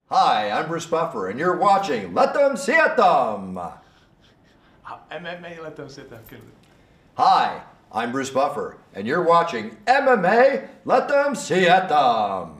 Hi, I'm Bruce Buffer, and you're watching Let Them See It Them! MMA Let Them See It Them. Hi, I'm Bruce Buffer, and you're watching MMA Let Them See It Them!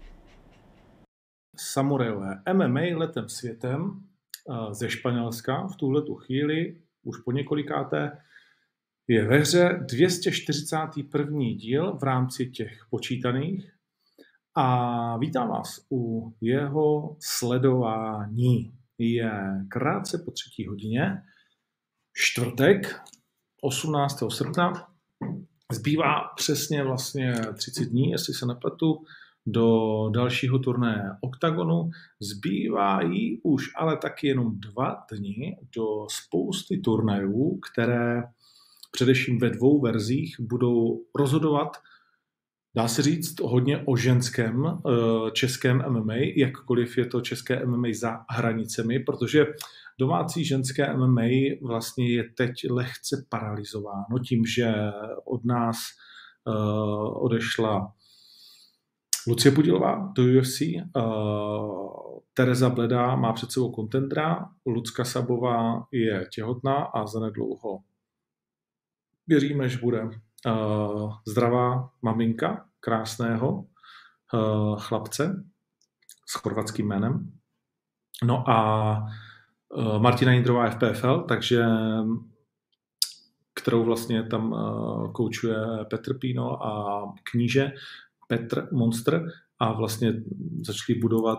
Samurajové MMA letem světem ze Španělska v tuhletu chvíli, už po několikáté, je ve hře 241. díl v rámci těch počítaných a vítám vás u jeho sledování. Je krátce po 3. hodině, čtvrtek, 18. srpna, zbývá přesně vlastně 30 dní, jestli se nepletu, do dalšího turnaje Oktagonu. Zbývají už ale taky jenom 2 dny do spousty turnajů, které především ve 2 verzích budou rozhodovat, dá se říct, hodně o ženském českém MMA, jakkoliv je to české MMA za hranicemi, protože domácí ženské MMA vlastně je teď lehce paralizováno tím, že od nás odešla Lucie Pudilová do UFC, Tereza Bledá má před sebou kontendera, Lucka Sabová je těhotná a zanedlouho věříme, že bude zdravá maminka krásného chlapce s chorvatským jménem. No a Martina Jindrová je v PFL, takže kterou vlastně tam koučuje Petr Pino a kníže Petr Monster a vlastně začali budovat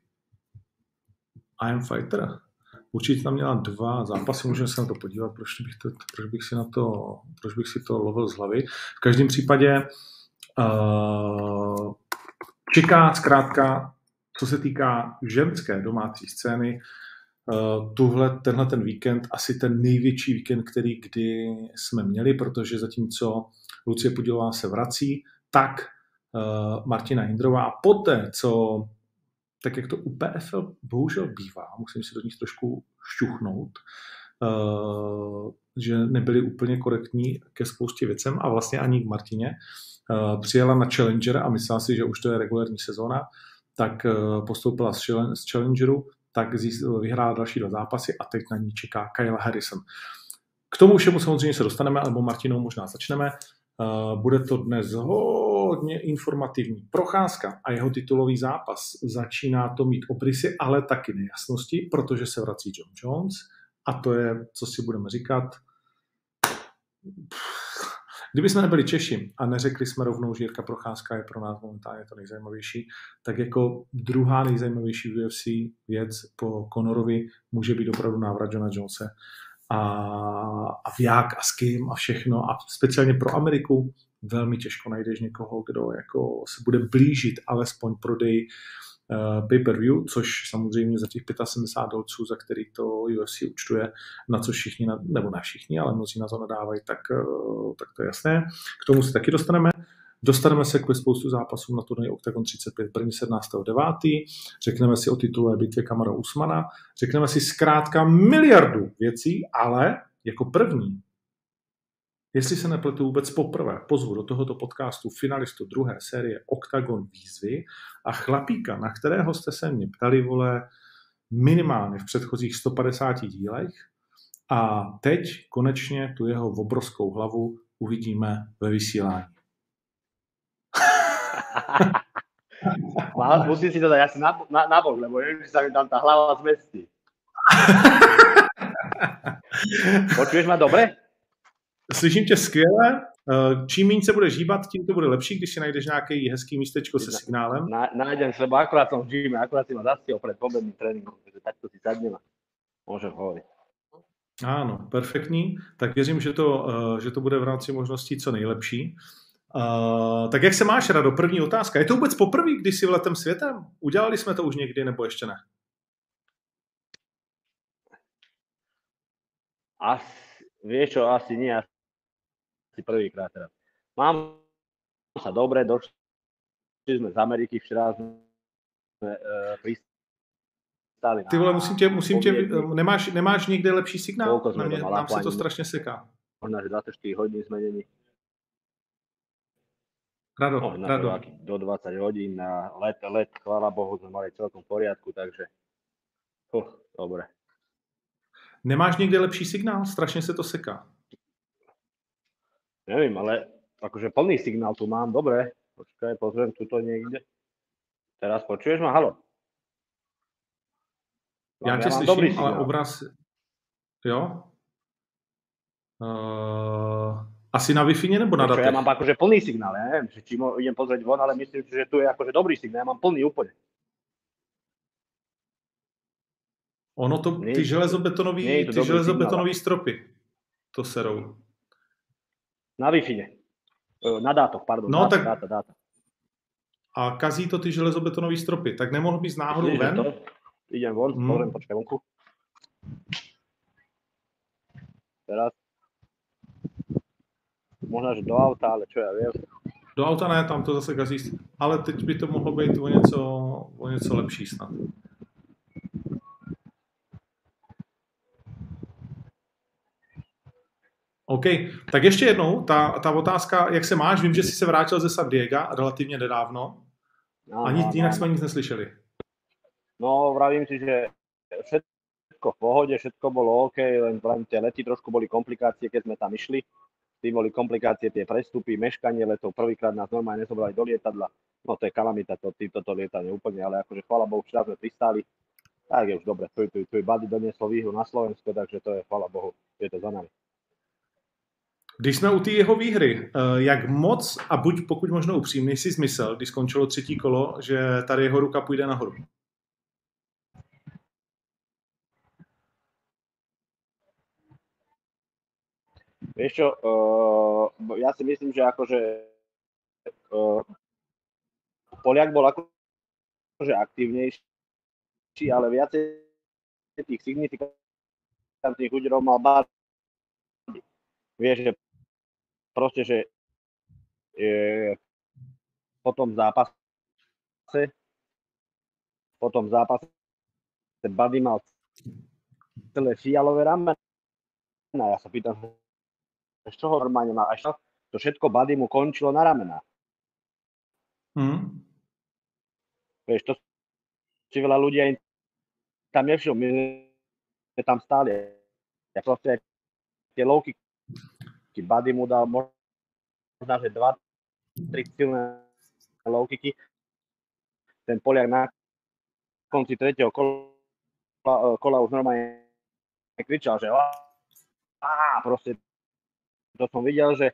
I Am Fighter. Určitě tam měla 2 zápasy, můžeme se na to podívat, proč bych si to lovil z hlavy. V každém případě čeká zkrátka, co se týká ženské domácí scény, tenhle ten víkend asi ten největší víkend, který kdy jsme měli, protože zatímco Lucie Pudilová se vrací, tak Martina Jindrová a poté, co tak jak to u PFL bohužel bývá, musím si do nich trošku šťuchnout, že nebyli úplně korektní ke spoustě věcem a vlastně ani k Martině. Přijela na Challenger a myslela si, že už to je regulární sezóna, tak postoupila z Challengeru, tak vyhrála další 2 zápasy a teď na ní čeká Kayla Harrison. K tomu všemu samozřejmě se dostaneme, alebo Martinou možná začneme. Bude to dnes hodně informativní procházka a jeho titulový zápas. Začíná to mít obrysy, ale taky nejasnosti, protože se vrací John Jones a to je, co si budeme říkat. Kdyby jsme nebyli Češi a neřekli jsme rovnou, že Jirka Procházka je pro nás momentálně to nejzajímavější, tak jako druhá nejzajímavější UFC věc po Conorovi může být opravdu návrat Johna Jonese. A jak a s kým a všechno a speciálně pro Ameriku velmi těžko najdeš někoho, kdo jako se bude blížit alespoň prodej pay-per-view, což samozřejmě za těch $75, za který to UFC účtuje, na co všichni, nebo ne všichni, ale mnozí na to nadávají, tak to je jasné. K tomu se taky dostaneme. Dostaneme se k spoustu zápasů na turnaji Octagon 35 v Brně 17.9. Řekneme si o titulové bitvě Kamaru Usmana. Řekneme si zkrátka miliardu věcí, ale jako první, jestli se nepletu vůbec poprvé, pozvu do tohoto podcastu finalistu 2. série Octagon výzvy a chlapíka, na kterého jste se mě ptali, vole, minimálně v předchozích 150 dílech. A teď konečně tu jeho obrovskou hlavu uvidíme ve vysílání. Musím si to dať asi na bok, lebo neviem, či sa mi tam tá hlava zmestí. Počuješ ma dobre? Slyším tě skvěle. Čím méně se bude žíbat, tím to bude lepší, když si najdeš nějaké hezký místečko se signálem. Nájdem se, lebo akurát som v gyme, akurát si ma zastihol pred pobedným tréningom, takže takto si sadnem a môžem hovoriť. Ano, perfektní. Tak věřím, že to bude v rámci možností co nejlepší. Tak jak se máš, Rado? První otázka. Je to vůbec poprvé, když jsi v Letem světem? Udělali jsme to už někdy, nebo ještě ne? Vieš čo, asi nie, asi prvýkrát teraz. Mám sa dobre, došli sme z Ameriky, včera sme pristali. Ty vole, musím tě, nemáš někde lepší signál? Nám se to strašně seká. Možná, že 24 hodín sme není. Rado. Do 20 hodín na let, chvála Bohu, sme mali celkom v poriadku, takže dobre. Nemáš někde lepší signál? Strašně se to seká. Neviem, ale akože plný signál tu mám, dobre. Počkaj, pozriem tuto niekde. Teraz počuješ ma? Halo? Já tě slyším, ale obraz... Jo? Asi na Wi-Fi nebo na datech? Ja mám akože plný signál, ja neviem, či idem pozrieť von, ale myslím, že tu je akože dobrý signál, ja mám plný úplne. Ono to, ty železobetonové stropy, to serou. Na Wi-Fi. Na dátoch, pardon. No, dáta. A kazí to ty železobetonové stropy, tak nemohl bys náhodou ven? Idem von, pozriem, počkaj vonku. Teraz. Možná, že do auta, ale čo ja viem. Do auta ne, tam to zase kazí. Ale teď by to mohlo být o něco lepší snad. OK, tak ještě jednou, ta otázka, jak se máš? Vím, že jsi se vrátil ze San Diega relativně nedávno. Jinak jsme nic neslyšeli. No, vravím si, že všetko v pohode, všetko bolo OK, len tie lety trošku boli komplikácie, keď sme tam išli. Tým boli komplikácie, tie prestupy, meškanie letov. Prvýkrát nás normálne nezobrali do lietadla. No to je kalamita, toto lietanie úplne, ale akože chvála Bohu, včera sme pristáli. Tak je už dobre, tu je Buddy donieslo výhru na Slovensko, takže to je, chvála Bohu, je to za nami. Když jsme u té jeho výhry, jak moc, a buď pokud možno upřímný, si zmyslel, když skončilo 3. kolo, že tady jeho ruka půjde nahoru? Vieš čo, ja si myslím, že akože Poliak bol akože aktívnejší, ale viacej tých signifikantných úderov mal Buddy. Vieš, že proste, že po tom zápase Buddy mal celé fialové ramena. Ja sa pýtam, z čoho normálne mal, až to všetko Buddy mu končilo na ramenách. Vieš, to si veľa ľudí aj tam nevšimlo, my sme tam stáli. Ja proste tie low kicky, Buddy mu dal možná, že 2-3 silné low kicky. Ten Poliak na konci 3. kola už normálne kričal, že proste to som videl, že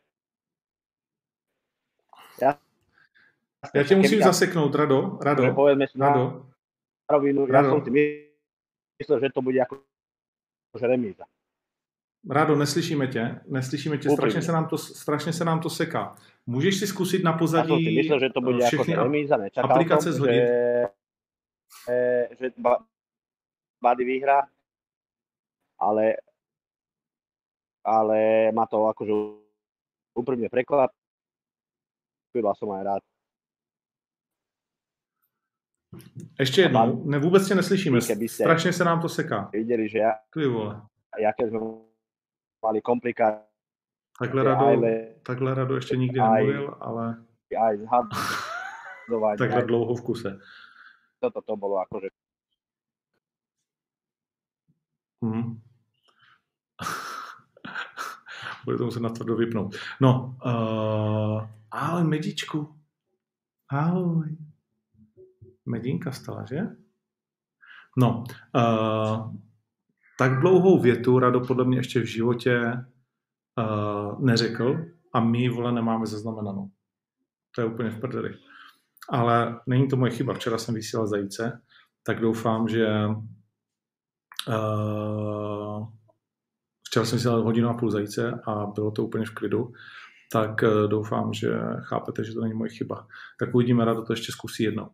ja tě musím zaseknout, Rado. Povedzme si na rovinu, ja som si myslel, že to bude ako remíza. Rado, neslyšíme tě, strašně se nám to seká. Můžeš si zkusit na pozadí ja som si myslel, že to bude všechny remíza, nečakal aplikace som, zhodit. Že Buddy vyhrá, ale ma to akože úprimne prekvapilo, som aj rád. Ještě jednou, vůbec tě neslyšíme, strašně se nám to seká. Videli, že jaké jsme mali komplikácie. Takhle Rado ještě nikdy nemluvil, ale aj zhadovať. Takhle dlouho v kuse. Toto bolo akože... Bude to muset natvrdo vypnout. No, ahoj Medičku. Ahoj. Medinka stala, že? No, tak dlouhou větu Rado podle mě ještě v životě neřekl a my, vole, nemáme zaznamenanou. To je úplně v prdeli. Ale není to moje chyba. Včera jsem vysílal Zajíce, tak doufám, že včera jsem vysílal 1,5 hodiny Zajíce a bylo to úplně v klidu, tak doufám, že chápete, že to není moje chyba. Tak uvidíme, Rado to ještě zkusí jednou.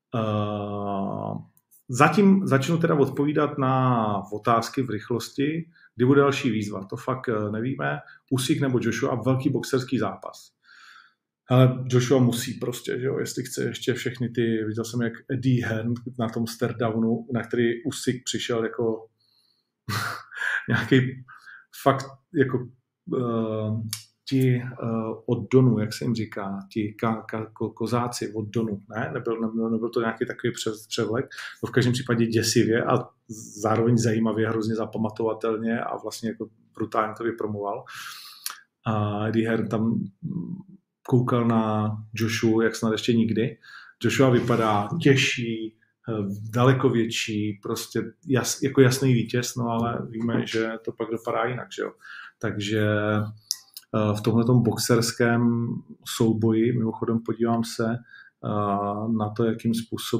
Zatím začnu teda odpovídat na otázky v rychlosti, kdy bude další výzva. To fakt nevíme. Usyk nebo Joshua, velký boxerský zápas. Ale Joshua musí prostě, že jo, jestli chce ještě všechny ty, viděl jsem jak Eddie Hearn na tom staredownu, na který Usyk přišel jako nějaký fakt jako ti od Donu, jak se jim říká, ti kozáci od Donu, ne? Nebyl to nějaký takový převlek, to v každém případě děsivě a zároveň zajímavě, hrozně zapamatovatelně a vlastně jako brutálně to vypromoval. A Eddie Hearn tam koukal na Joshua, jak snad ještě nikdy. Joshua vypadá těžší, daleko větší, prostě jako jasný vítěz, no ale víme, že to pak dopadá jinak, že jo. Takže v tomhletom boxerském souboji, mimochodem podívám se na to, jakým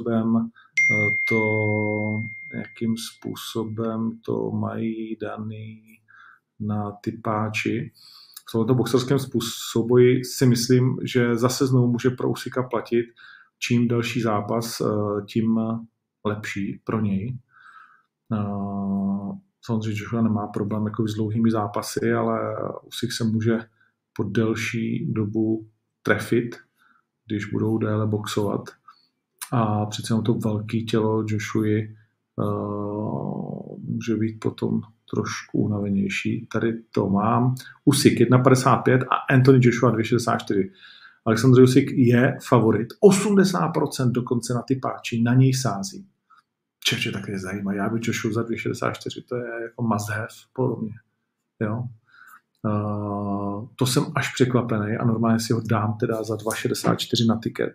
způsobem to mají daný na typáči. V tomto boxerském souboji si myslím, že zase znovu může pro Usyka platit, čím další zápas, tím lepší pro něj. Samozřejmě, že nemá problém jako s dlouhými zápasy, ale Usyk se může po delší dobu trefit, když budou déle boxovat. A přece to velké tělo Joshuy může být potom trošku unavenější. Tady to mám. Usyk 1,55 a Anthony Joshua 2,64. Alexandr Usyk je favorit. 80% dokonce na typáči, na něj sází. Čeče také zajímá. Já bych Joshua za 2,64, to je jako must have, podle mě. Jo? To jsem až překvapený a normálně si ho dám teda za 2,64 na tiket.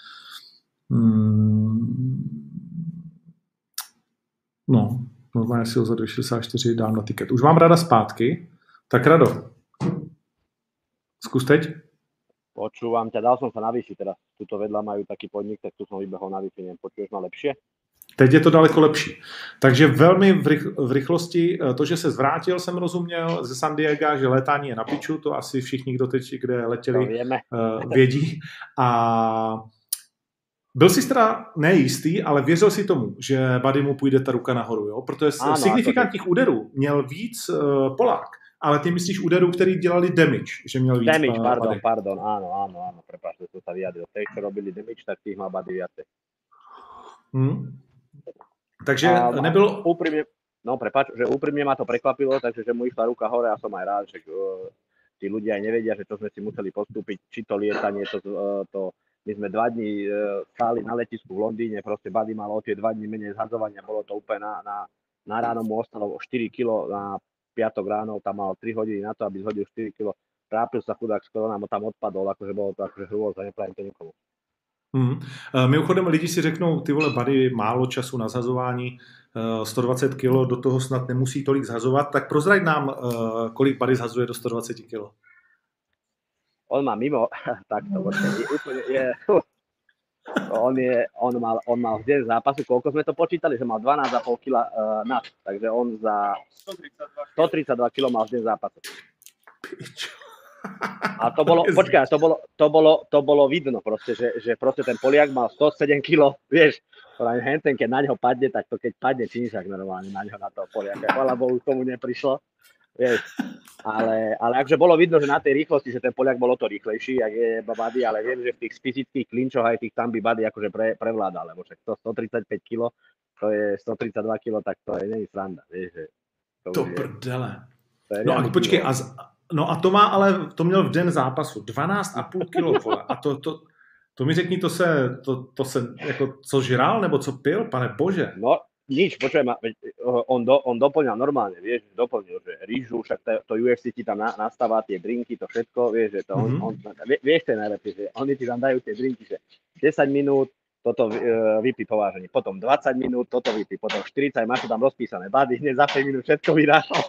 No, normálně si ho za 2,64 dám na tiket. Už mám Rada zpátky. Tak Rado, zkus teď. Počúvam ťa, dal som sa na Wi-Fi teraz. Tuto vedľa majú taký podnik, tak tu som vybehol na Wi-Fi, neviem, počuješ ma lepšie? Teď je to daleko lepší. Takže velmi v rychlosti, to, že se zvrátil, jsem rozuměl ze San Diega, že létání je na piču, to asi všichni, kdo teď, kde letěli, vědí. A byl jsi teda nejistý, ale věřil si tomu, že Buddy mu půjde ta ruka nahoru, jo? Protože z signifikantních úderů měl víc Polák, ale ty myslíš úderů, který dělali damage, že měl víc Damage, pardon, áno, prepáč, že som sa vyjadril. Tej, čo robili damage, tak tých má Buddy viacej. Takže nebylo... Úprimne ma to prekvapilo, takže že mu išla ruka hore a som aj rád, že tí ľudia aj nevedia, že to sme si museli postúpiť, či to lietanie, my sme 2 dní stáli na letisku v Londýne, proste Buddy mal o tie 2 dní menej zhadzovania, bolo to úplne na ráno mu ostalo 4 kg na piatok ráno, tam mal 3 hodiny na to, aby zhodil 4 kg, trápil sa chudák, skoro nám tam odpadol, akože bolo to akože hrôza, nepravím to nikomu. Mimochodem lidi si řeknou, ty vole, Buddy, málo času na zhazování, 120 kg, do toho snad nemusí tolik zhazovat, tak prozraď nám, kolik Buddy zhazuje do 120 kg. On má mimo, tak to úplne je, on mal v deň zápasu, koľko sme to počítali, že mal 12,5 kg nad, takže on za 132 kg mal v deň zápasu. A to bolo, počkaj, to bolo vidno proste, že proste ten Poliak mal 107 kg, vieš, henten, keď na ňo padne, tak to keď padne číňšak normálne na ňo, na toho Poliaka, chvála Bohu, k tomu neprišlo, vieš, ale akože bolo vidno, že na tej rýchlosti, že ten Poliak bolo to rýchlejší, jak je Buddy, ale viem, že v tých fyzických klinčoch aj tých tam by Buddy akože prevládal, lebo však to 135 kg, to je 132 kg, tak to je není sranda, vieš, že to prdele. No a počkej, no a to má, ale to měl v den zápasu 12,5 kg, vole. A to mi řekni, to se jako, co žral, nebo co pil, pane bože? No, nič, počujem, on doplňal normálne, vieš, doplnil, že rýžu, však to UFC ti tam nastáva tie drinky, to všetko, vieš, že to vieš, to je najlepšie, že oni ti tam dajú tie drinky, že 10 minút, toto vypí po vážení, potom 20 minút, toto vypí, potom 40, máš to tam rozpísané, Buddy hneď za 5 minút všetko vyrášal.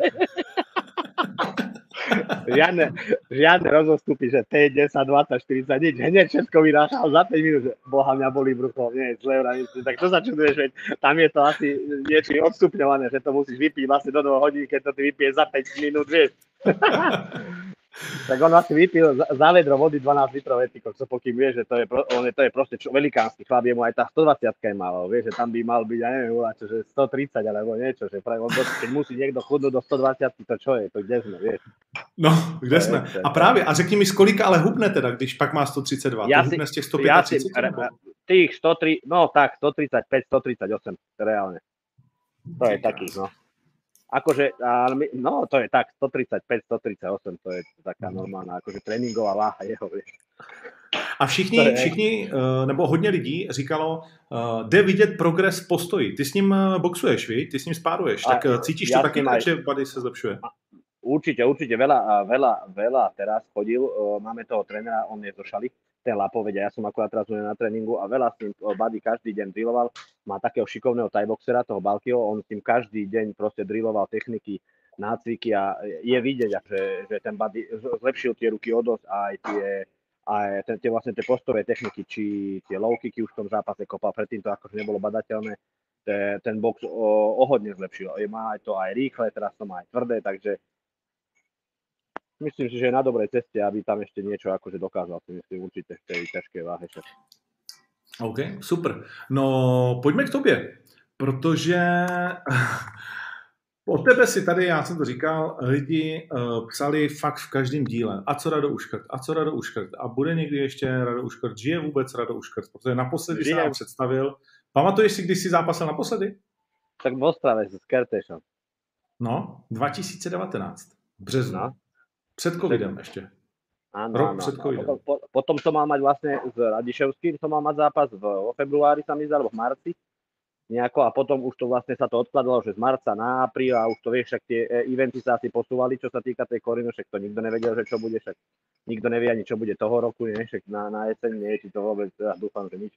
Žiadne rozostupy, že 5, 10, 20, 40, nič, hneď všetko vyrášal za 5 minút, že boha mňa bolí brucho, nie, zle vranice, tak to sa čuduješ, veď tam je to asi niečo odstupňované, že to musíš vypiť vlastne do 2 hodín, keď to ty vypiješ za 5 minút, vieš. Tak on vlastne vypil za vedro vody 12 litrov, co pokým vieš, že to je proste velikánsky chlap, mu aj tá 120-ka je málo, vieš, že tam by mal byť, ja neviem, že 130 alebo niečo, že keď musí niekto chudnúť do 120, to čo je, to kde sme, vieš. No, kde sme? A právě, a řekni mi, z kolika ale hubne teda, když pak má 132, to hubne z těch 135? Tých 103, no tak, 135, 138, reálne. To je taký, no. Akože, no to je tak, 135, 138, to je taká normálna, akože tréninková váha jeho, vieš. A všichni, nebo hodně lidí říkalo, jde vidět progres v postoji. Ty s ním boxuješ, víš? Ty s ním spáruješ, tak cítíš to taky tak, že body se zlepšuje? Určite, veľa teraz chodil, máme toho trénera, on je zo Šaly, ten Lapo, vedia, ja som akurát teraz na tréningu a veľa s ním Buddy každý deň drilloval, má takého šikovného thai-boxera, toho Balkyho, on s tým každý deň proste drilloval techniky, nácviky a je vidieť, že ten Buddy zlepšil tie ruky o dosť aj tie vlastne tie postové techniky, či tie low kicky už v tom zápase kopal, predtým to akože nebolo badateľné, ten box o hodne zlepšil, má to aj rýchle, teraz to má aj tvrdé, takže myslím si, že je na dobrej ceste, aby tam ešte niečo akože dokázal, si myslím určite v tej ťažkej váhe. OK, super. No, pojďme k tobě, protože o tebe si tady, já jsem to říkal, lidi psali fakt v každém díle. A co Rado Uškrt? A bude někdy ještě Rado Uškrt? Žije vůbec Rado Uškrt? Protože naposledy se nám představil. Pamatuješ si, když jsi zápasil naposledy? Tak v Ostrave s Kertešom. No, 2019. V březnu. No. Před covidem ještě. Áno. Potom som mal mať vlastne s Radiševským, som mal mať zápas vo februári sa mi zdá, alebo v marci nejako a potom už to vlastne sa to odkladalo, že z marca na apríl a už to vieš, však tie eventy sa asi posúvali, čo sa týka tej Koriny, však to nikto nevedel, že čo bude, však nikto nevie ani čo bude toho roku, nie, však na jeseň nie, či to vôbec, ja dúfam, že nič.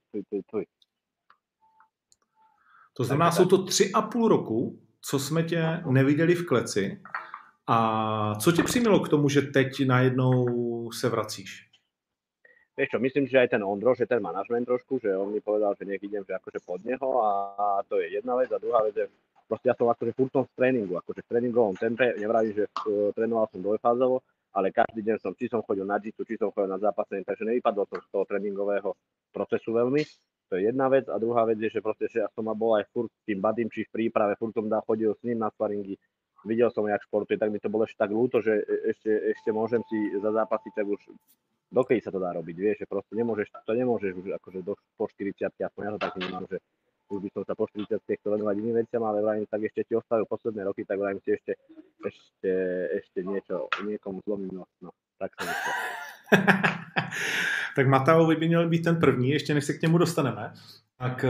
To znamená, jsou to 3,5 roku, co jsme tě neviděli v kleci. A co tě přimělo k tomu, že teď najednou se vracíš? Vieš čo, myslím, že aj ten Ondro, že ten manažment trošku, že on mi povedal, že nech idem, že akože pod neho a to je jedna vec a druhá vec je, proste ja som akože furtom v tréningu, akože v tréningovom tempe, nevravím, že trénoval som dvojfázovo, ale každý deň či som chodil na jiu, či som chodil na zápasenie, takže nevypadol som z toho tréningového procesu veľmi. To je jedna vec a druhá vec je, že proste, že ja som bol aj furt s tým Badym, či v príprave, furt som chodil s ním na sparingy, videl som, jak športuje, tak mi to bolo ešte tak ľúto, že ešte môžem si zazápasiť, tak už dokedy sa to dá robiť, vieš, že proste nemôžeš už akože po 40, aspoň ja to tak nemám, že už by som sa po 40 chcel venovať iným veciam, ale vrajím, tak ešte ti ostavil posledné roky, tak vrajím si ešte niekomu zlomím nos, no, tak som myslel. Tak Mataovi by měl být ten první, ještě než se k němu dostaneme. Tak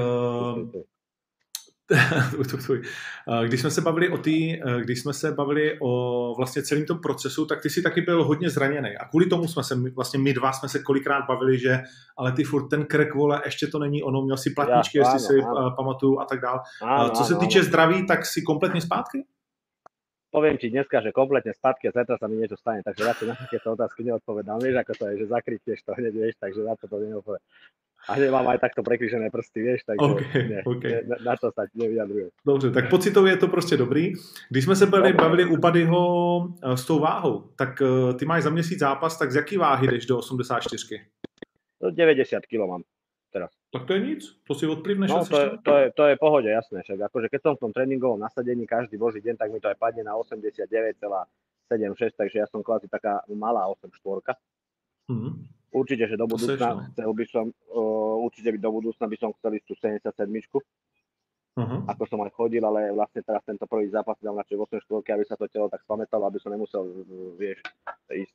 když jsme se bavili o vlastně celém tom procesu, tak ty jsi taky byl hodně zraněný. A kvůli tomu jsme se, vlastně my dva jsme se kolikrát bavili, že ale ty furt ten krk, vole, ještě to není ono, měl si platničky, jestli si pamatuju a tak dál. Co se týče zdraví, tak si kompletně zpátky? Poviem ti dneska, že kompletne spátky a zajtra sa mi niečo stane, takže radšej na takéto otázky neodpovedám. Vieš, ako to je, že zakryť tiež to hneď, vieš, takže na to neodpovedám. A nemám aj takto prekryžené prsty, vieš, takže okay. Na to sa nevyjadrujem. Dobře, tak pocitově je to prostě dobrý. Když jsme se bavili u Buddyho s tou váhou, tak ty máš za měsíc zápas, tak z jaký váhy jdeš do 84? 90 kg mám teraz. Tak to je nic, to si odplivneš. No to je pohode, jasné, však akože keď som v tom tréningovom nasadení každý boží deň, tak mi to aj padne na 89,76, takže ja som kvázi taká malá 8,4. Určite, že do budúcna by som chcel ísť tú 77, ako som aj chodil, ale vlastne teraz tento prvý zápas dal na 8,4, aby sa to telo tak spamätalo, aby som nemusel, vieš, ísť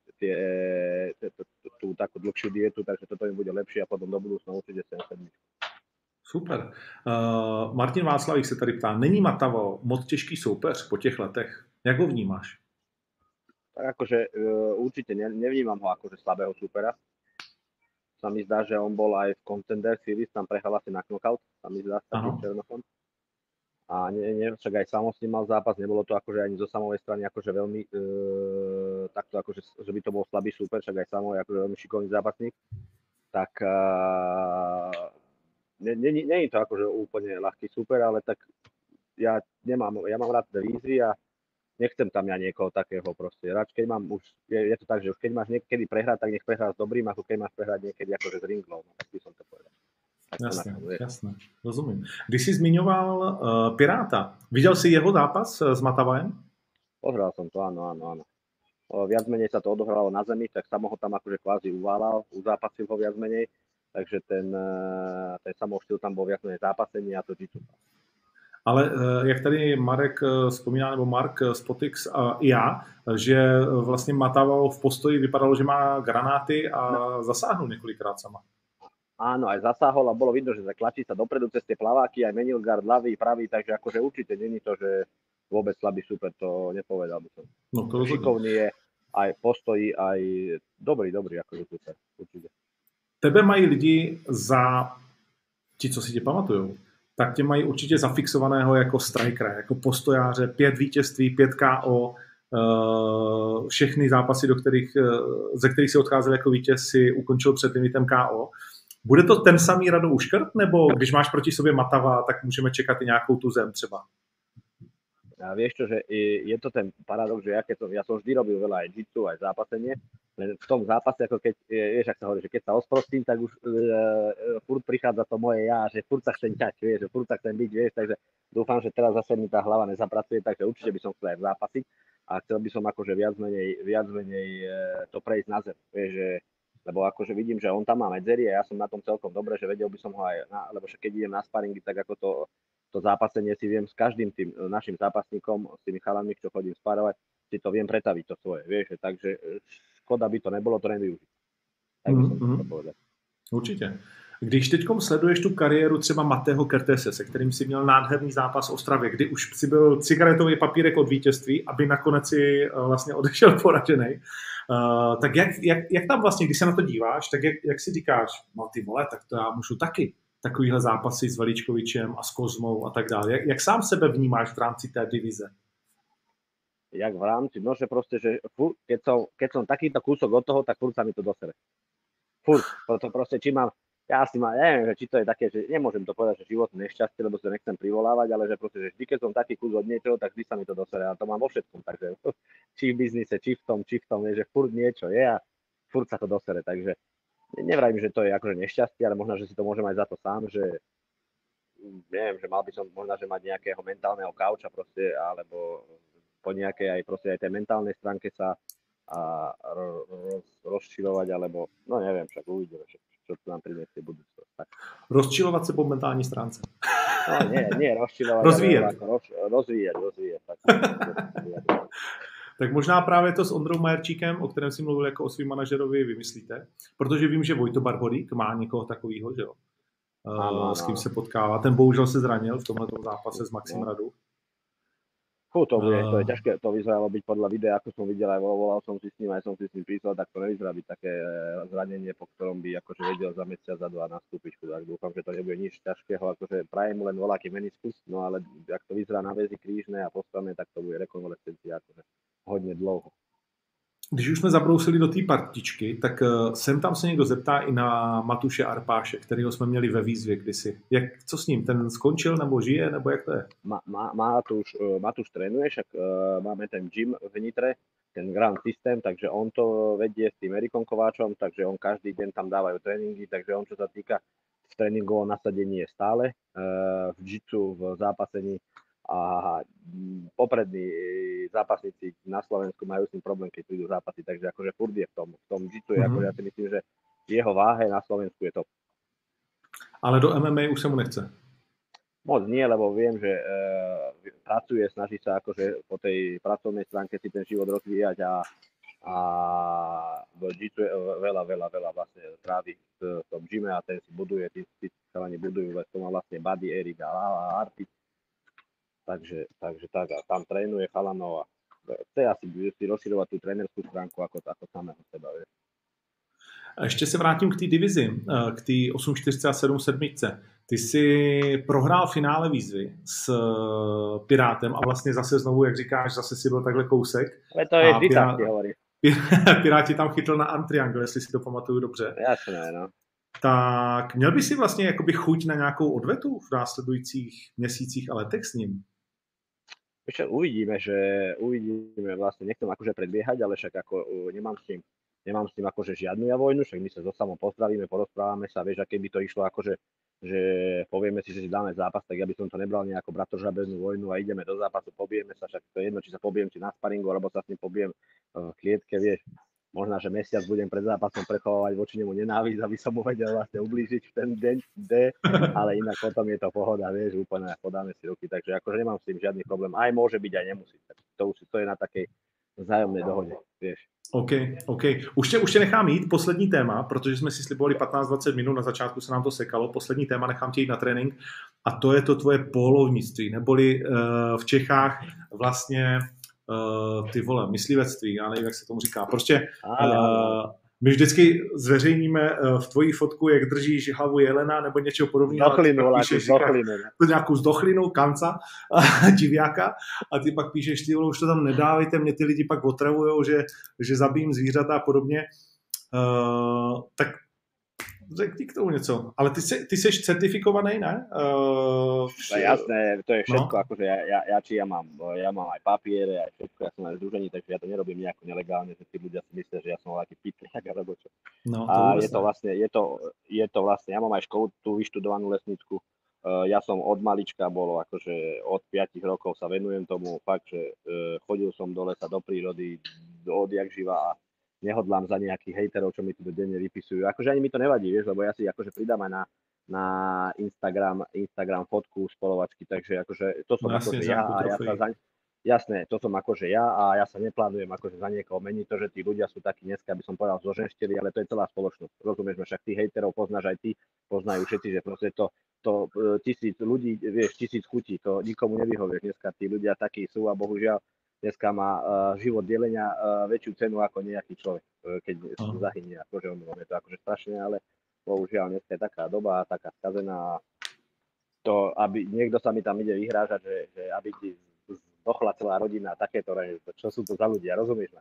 tú takú dlhšiu dietu, takže toto mi bude lepšie a potom do budúcna určite 77. Super. Martin Václavík se tady ptá, není Matavo moc těžký soupeř po těch letech? Jak ho vnímáš? Tak akože určite nevnímam ho akože slabého supera. Sa mi zdá, že on bol aj v Contender Series, tam prehral asi na knockout, sa mi zdá, taký Černochom. A však aj Samo s ním mal zápas, nebolo to akože ani zo Samovej strany akože veľmi takto akože, že by to bol slabý súper, však aj Samo je akože veľmi šikovný zápasník. Tak nie je to akože úplne ľahký súper, ale tak ja mám rád výzvy a nechcem tam ja niekoho takého proste. Keď mám už, je to tak, že už keď máš niekedy prehrať, tak nech prehrá s dobrým, ako keď máš prehrať niekedy akože s ringlou, no, tak by som to povedal. Jasné, rozumím. Když jsi zmiňoval Piráta, viděl jsi jeho zápas s Matavajem? Pozrel som to, áno. Viac menej sa to odohralo na zemi, tak Samo ho tam akože kvázi uválal, uzápasil ho viac menej, takže ten Samo štýl tam bol viac menej zápasení a to jiu-jitsu. Ale jak tady Marek vzpomíná, nebo Mark Spotix a i já, že vlastně Matával v postoji vypadalo, že má granáty a zasáhnul několikrát sama. Áno, aj zasáhol a bolo vidno, že tlačí sa dopredu cez tie plaváky, aj menil gard ľavý, pravý, takže akože určite není to, že vôbec slabý super, to nepovedal by som. No to rozhodně. Šikovný je, aj postojí, aj dobrý, akože super, určite. Tebe mají lidi ti, co si tě pamatujou, tak tě mají určitě zafixovaného jako strikera, jako postojáře, 5 vítězství, 5 KO, všechny zápasy, ze kterých si odcházel jako vítěz, si ukončil před limitem KO. Bude to ten samý Rado Uškrt, nebo když máš proti sobě Matava, tak můžeme čekat i nějakou tu zem třeba? A vieš čo, že je to ten paradox, že ja som vždy robil veľa aj jitsu, aj zápasenie, len v tom zápase, ako keď, vieš, ak sa hovorí, že keď sa osprostím, tak už furt prichádza to moje ja, že furt sa chcem ťať, vieš, že furt sa chcem byť, vieš, takže dúfam, že teraz zase mi tá hlava nezapracuje, takže určite by som chcel aj zápasiť a chcel by som akože viac menej to prejsť na zem, vieš, že lebo akože vidím, že on tam má medzery a ja som na tom celkom dobre, že vedel by som ho aj, lebo keď idem na sparingy, tak ako to zápasenie si viem s každým tým našim zápasníkom, s tými chalami, čo chodím sparovať, si to viem pretaviť to svoje, vieš, takže škoda by to nebylo to nevyužiť. Tak by som to povedal. Určitě. Když teďkom sleduješ tu kariéru třeba Matého Kertése, se kterým si měl nádherný zápas v Ostravě, kdy už si byl cigaretový papírek od vítězství, aby nakonec si vlastně odešel poražený, tak jak tam vlastně, když se na to díváš, tak jak si říkáš, no ty vole, tak to já můžu taky takovýhle zápasy s Veličkovičem a s Kozmou a tak dále. Jak sám sebe vnímáš v rámci té divize? Jak v rámci, no že proste, že keď som takýto kúsok od toho, tak furt sa mi to dosere. Furt, to proste, neviem, že či to je také, že nemôžem to povedať, že životné nešťastie, lebo sa nechcem privolávať, ale že proste, že vždy, keď som taký kus od niečoho, tak vždy sa mi to dosere. A to mám vo všetkom, takže či v biznise, či v tom, že furt niečo je a furt sa to dosere, takže nevrajím, že to je akože nešťastie, ale možno, že si to môžem aj za to sám, že neviem, že mal by som možno, že mať nejakého mentálneho kauča proste, alebo po nejakej aj proste aj tej mentálnej stránke sa rozčilovať, alebo no neviem, však uvidíme, čo nám prinesie budúcnosť. Tak. Rozčilovat se po mentální stránce. No nie rozčilovať. Rozvíjať. Tak možná právě to s Ondrou Majerčíkem, o kterém si mluvil jako o svým manažerovi, vymyslíte? Protože vím, že Vojto Barborík má někoho takového, že jo? S kým se potkává. Ten bohužel se zranil v tomhletom zápase s Maxim Radu. To je ťažké, to vyzeralo byť podľa videa, ako som videl, aj volal som si s ním, aj som si s ním písal, tak to nevyzerá byť také zranenie, po ktorom by akože vedel za mesiac, za 2 nastúpiť. Tak dúfam, že to nebude nič ťažkého, akože prajem mu len voľaký meniskus, no ale ak to vyzerá na väzi krížne a postavné, tak to bude rekonvalescencia akože hodně dlouho. Když už jsme zabrousili do té partičky, tak sem tam se někdo zeptá i na Matuše Arpáše, kterého jsme měli ve výzvě kdysi. Co s ním? Ten skončil nebo žije, nebo jak to je? Matuš trénuje, však máme ten gym v Nitre, ten Grand System, takže on to vedie s tým Erikom Kováčom, takže on každý deň tam dávajú tréningy, takže on čo sa týka v tréningovom nasadení je stále, v jitsu, v zápasení a poprední zápasníci na Slovensku majú s tým problém, keď prídu zápasy, takže akože furt je v tom jitsu, akože ja si myslím, že jeho váhe na Slovensku je top. Ale do MMA už sa mu nechce? Moc nie, lebo viem, že pracuje, snaží sa akože po tej pracovnej stránke si ten život rozvíjať a v jitsu veľa vlastne trávi v tom gyme a ten si buduje, tí chalani budujú, to má vlastne Buddy, Erik a Arti. Takže tak, a tam trénuje chalanov a chce asi si rozširovať tú trénerskú stránku ako samého seba. Vie. A ještě se vrátím k té divizi, k té 8-4 a 7-7. Ty jsi prohrál finále výzvy s Pirátem a vlastně zase znovu, jak říkáš, zase si byl takhle kousek. Ale to je vždy tak, ti hovorí. Piráti tam chytl na Antriangle, jestli si to pamatuju dobře. Jasné, no. Tak měl by si vlastně jakoby chuť na nějakou odvetu v následujících měsících a letech s ním? Ešte uvidíme, vlastne nechcem akože predbiehať, ale však ako nemám s tým akože žiadnu vojnu, však my sa so Samom pozdravíme, porozprávame sa, vieš, a keby to išlo akože, že povieme si, že si dáme zápas, tak ja by som to nebral nejako bratrožabenú vojnu a ideme do zápasu, pobijeme sa, však to je jedno, či sa pobijem, či na sparingu, alebo sa s ním pobijem v klietke, vieš. možno, že mesiac budem pred zápasom prechovávať voči nemu nenávisť, aby som mu vedel vlastne ublížiť v ten deň D, ale inak potom je to pohoda, vieš, úplne podáme si ruky, takže akože nemám s tým žiadny problém. Aj môže byť, aj nemusí. To je na takej vzájomné dohodě, vieš. OK. Už tě nechám jít, poslední téma, protože jsme si slibovali 15-20 minut, na začátku se nám to sekalo, poslední téma, nechám tě jít na trénink a to je to tvoje pólovnictví, neboli v Čechách vlastně ty vole, myslivectví, já nevím, jak se tomu říká, prostě my vždycky zveřejníme v tvojí fotku, jak držíš hlavu jelena nebo něčeho podobného. Nějakou zdochlinu, kanca, diváka a ty pak píšeš, ty vole, už to tam nedávejte, mě ty lidi pak otravujou, že zabijím zvířata a podobně. Tak řekni k tomu něco. Ale ty jsi certifikovaný, ne? No jasné, to je všetko, akože ja mám aj papiere, aj všetko, ja som aj združení, takže ja to nerobím nejako nelegálne, že tí ľudia si myslia, že ja som aký pitliak, alebo čo. No, a je to vlastne, ja mám aj školu tú vyštudovanú lesnícku, ja som od malička bolo, akože od 5 rokov sa venujem tomu, fakt, že chodil som do lesa, do prírody, odjak živa a nehodlám za nejakých hejterov, čo mi tu denne vypisujú. Akože ani mi to nevadí, vieš, lebo ja si akože pridám aj na Instagram fotku spolovačky, takže akože to som akože ja a ja sa jasné, to som akože ja a ja sa neplánujem akože za niekoho meniť to, že tí ľudia sú takí dneska, by som povedal, zoženštili, ale to je celá spoločnosť. Rozumieš, však tých hejterov poznáš aj ty, poznajú všetci, že proste to 1000 ľudí, vieš, 1000 chutí, to nikomu nevyhovieš. Dneska tí ľudia takí sú a bohužiaľ dneska má život delenia väčšiu cenu ako nejaký človek, keď zahynie, akože je to akože strašné, ale bohužiaľ dneska je taká doba, taká skazená, to, aby niekto sa mi tam ide vyhrážať, že aby ti zdochla celá rodina, takéto, čo sú to za ľudia, rozumieš?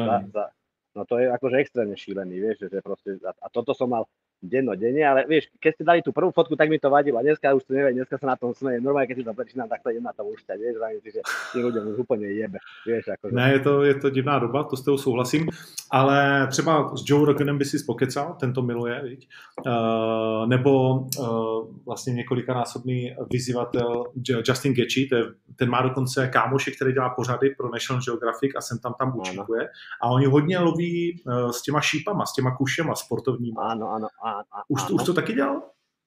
No to je akože extrémne šílený, vieš, že proste, a toto som mal dennodenne, ale vieš, keď ste dali tú prvú fotku, tak mi to vadilo, a dneska už to neviem, dneska sa na tom smejem, normálne, keď si to prečínam, tak to idem na to ušťať, vieš, že tým ľuďom už úplne jebe, vieš, akože. Ne, je to divná doba, to s tebou souhlasím, ale třeba s Joe Roganem by si spokecal, ten to miluje, viď? Nebo vlastně několikanásobný vyzývatel Justin Gaethje, ten má dokonce kámoše, který dělá pořady pro National Geographic a sem tam účinkuje a oni hodně loví s těma šípama, s těma kušema sportovníma. Áno. Už to taky dělal?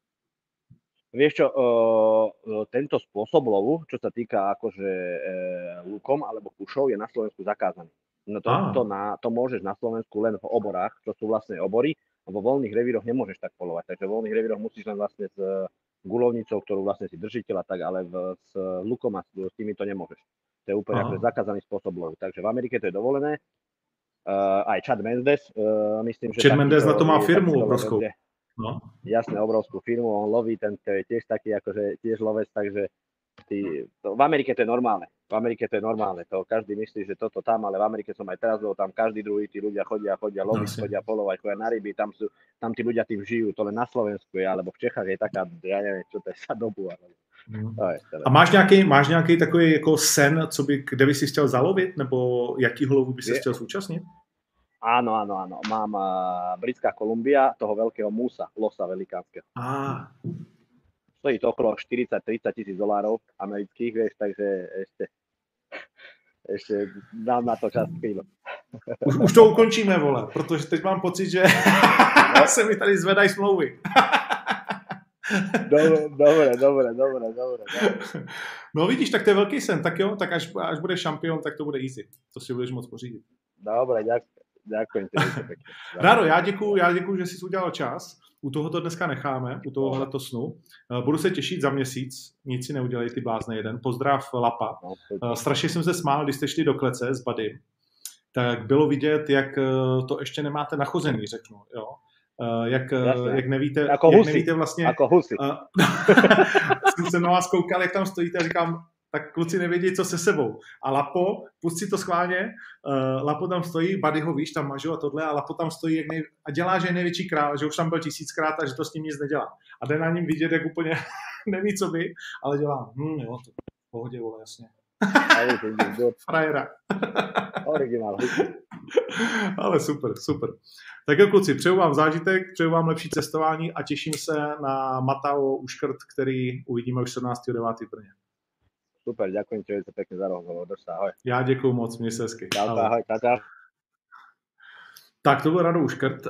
Vieš čo, tento spôsob lovu, čo sa týka akože lukom alebo kušov, je na Slovensku zakázaný. No to môžeš na Slovensku len v oborách, čo sú vlastne obory, a vo voľných revíroch nemôžeš tak polovať. Takže v voľných revíroch musíš len vlastne s guľovnicou, ktorú vlastne si držiteľ a tak, ale s lukom a s tými to nemôžeš. To je úplne akože zakázaný spôsob lovu. Takže v Amerike to je dovolené. Aj Chad Mendes, myslím, že... Chad Mendes na to má firmu obrovskou. No. Jasné, obrovskú firmu, on loví, ten je tiež taký, akože tiež lovec, takže v Amerike to je normálne. To každý myslí, že toto tam, ale v Amerike som aj teraz bol, tam každý druhý, tí ľudia chodia loviť, chodia polovať, chodia na ryby, tam tí ľudia tým žijú, to len na Slovensku je, alebo v Čechách je taká, ja neviem, čo to je za dobu. Ale... A máš nějaký takový jako sen, kde by si chtěl zalovit, nebo jakýho lovu by si chtěl zúčastnit? Áno. Mám Britská Kolumbia, toho veľkého músa, losa velikánskeho. Stojí to okolo 40-30 tisíc dolárov amerických, vieš, takže ešte dám na to čas chvíľu. Už to ukončíme, vole, protože teď mám pocit, že se mi tady zvedají smlouvy. Dobre. No vidíš, tak to je velký sen, tak jo, tak až budeš šampion, tak to bude easy. To si budeš moc pořídit. Dobre, ďakujem. Rádo, já děkuju, že jsi udělal čas. U tohoto dneska necháme, u tohoto snu. Budu se těšit za měsíc, nic si neudělej, ty blázne jeden. Pozdrav Lapa. Strašně jsem se smál, když jste šli do klece s Badym, tak bylo vidět, jak to ještě nemáte nachozený, řeknu, jo. Jak nevíte, vlastně... Ako husy. Jsem se na vás koukal, jak tam stojíte a říkám, tak kluci nevědí, co se sebou. A Lapo, pusť si to schválně, Lapo tam stojí, Buddy ho víš, tam mažu a tohle, a Lapo tam stojí a dělá, že je největší král, že už tam byl 1000krát a že to s ním nic nedělá. A jde na ním vidět, jak úplně neví, co by, ale dělá, jo, to v pohodě, vole, jasně. Frajera. Originál. Ale super. Tak jo, kluci, přeju vám zážitek, přeju vám lepší cestování a těším se na Matao Uškrt, který uvidíme už 17.9. v Brně. Super, ďakujem ti pekne za rozhovor. Ahoj. Já děkuju moc, měj se hezky. Ahoj. Tak to byl Rado Uškrt.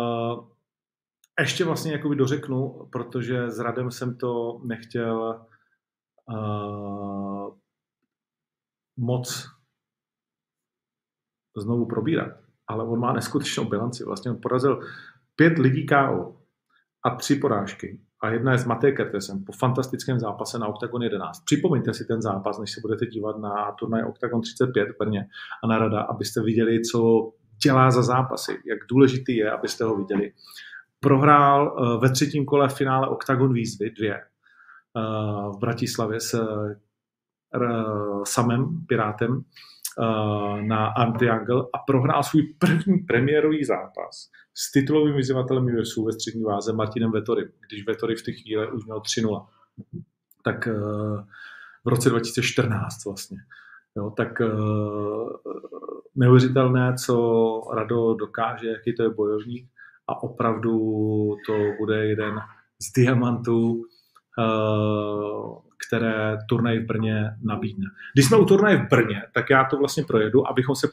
Ještě vlastně jakoby dořeknu, protože s Radem jsem to nechtěl moc znovu probírat, ale on má neskutečnou bilanci. Vlastně on porazil 5 lidí KO a 3 porážky. A jedna je s Matej Kertesem po fantastickém zápase na Octagon 11. Připomeňte si ten zápas, než se budete dívat na turnaj Octagon 35 v Brně a na Rada, abyste viděli, co dělá za zápasy, jak důležitý je, abyste ho viděli. Prohrál ve 3. kole v finále Octagon výzvy 2 v Bratislavě s Samem Pirátem na Antiangle a prohrál svůj první premiérový zápas s titulovým vyzývatelem UFC ve střední váze Martinem Vettorym, když Vettory v té chvíli už měl 3-0. Tak v roce 2014 vlastně. Jo, tak neuvěřitelné, co Rado dokáže, jaký to je bojovník a opravdu to bude jeden z diamantů, které turnaj v Brně nabídne. Když jsme u turnaje v Brně, tak já to vlastně projedu, abychom se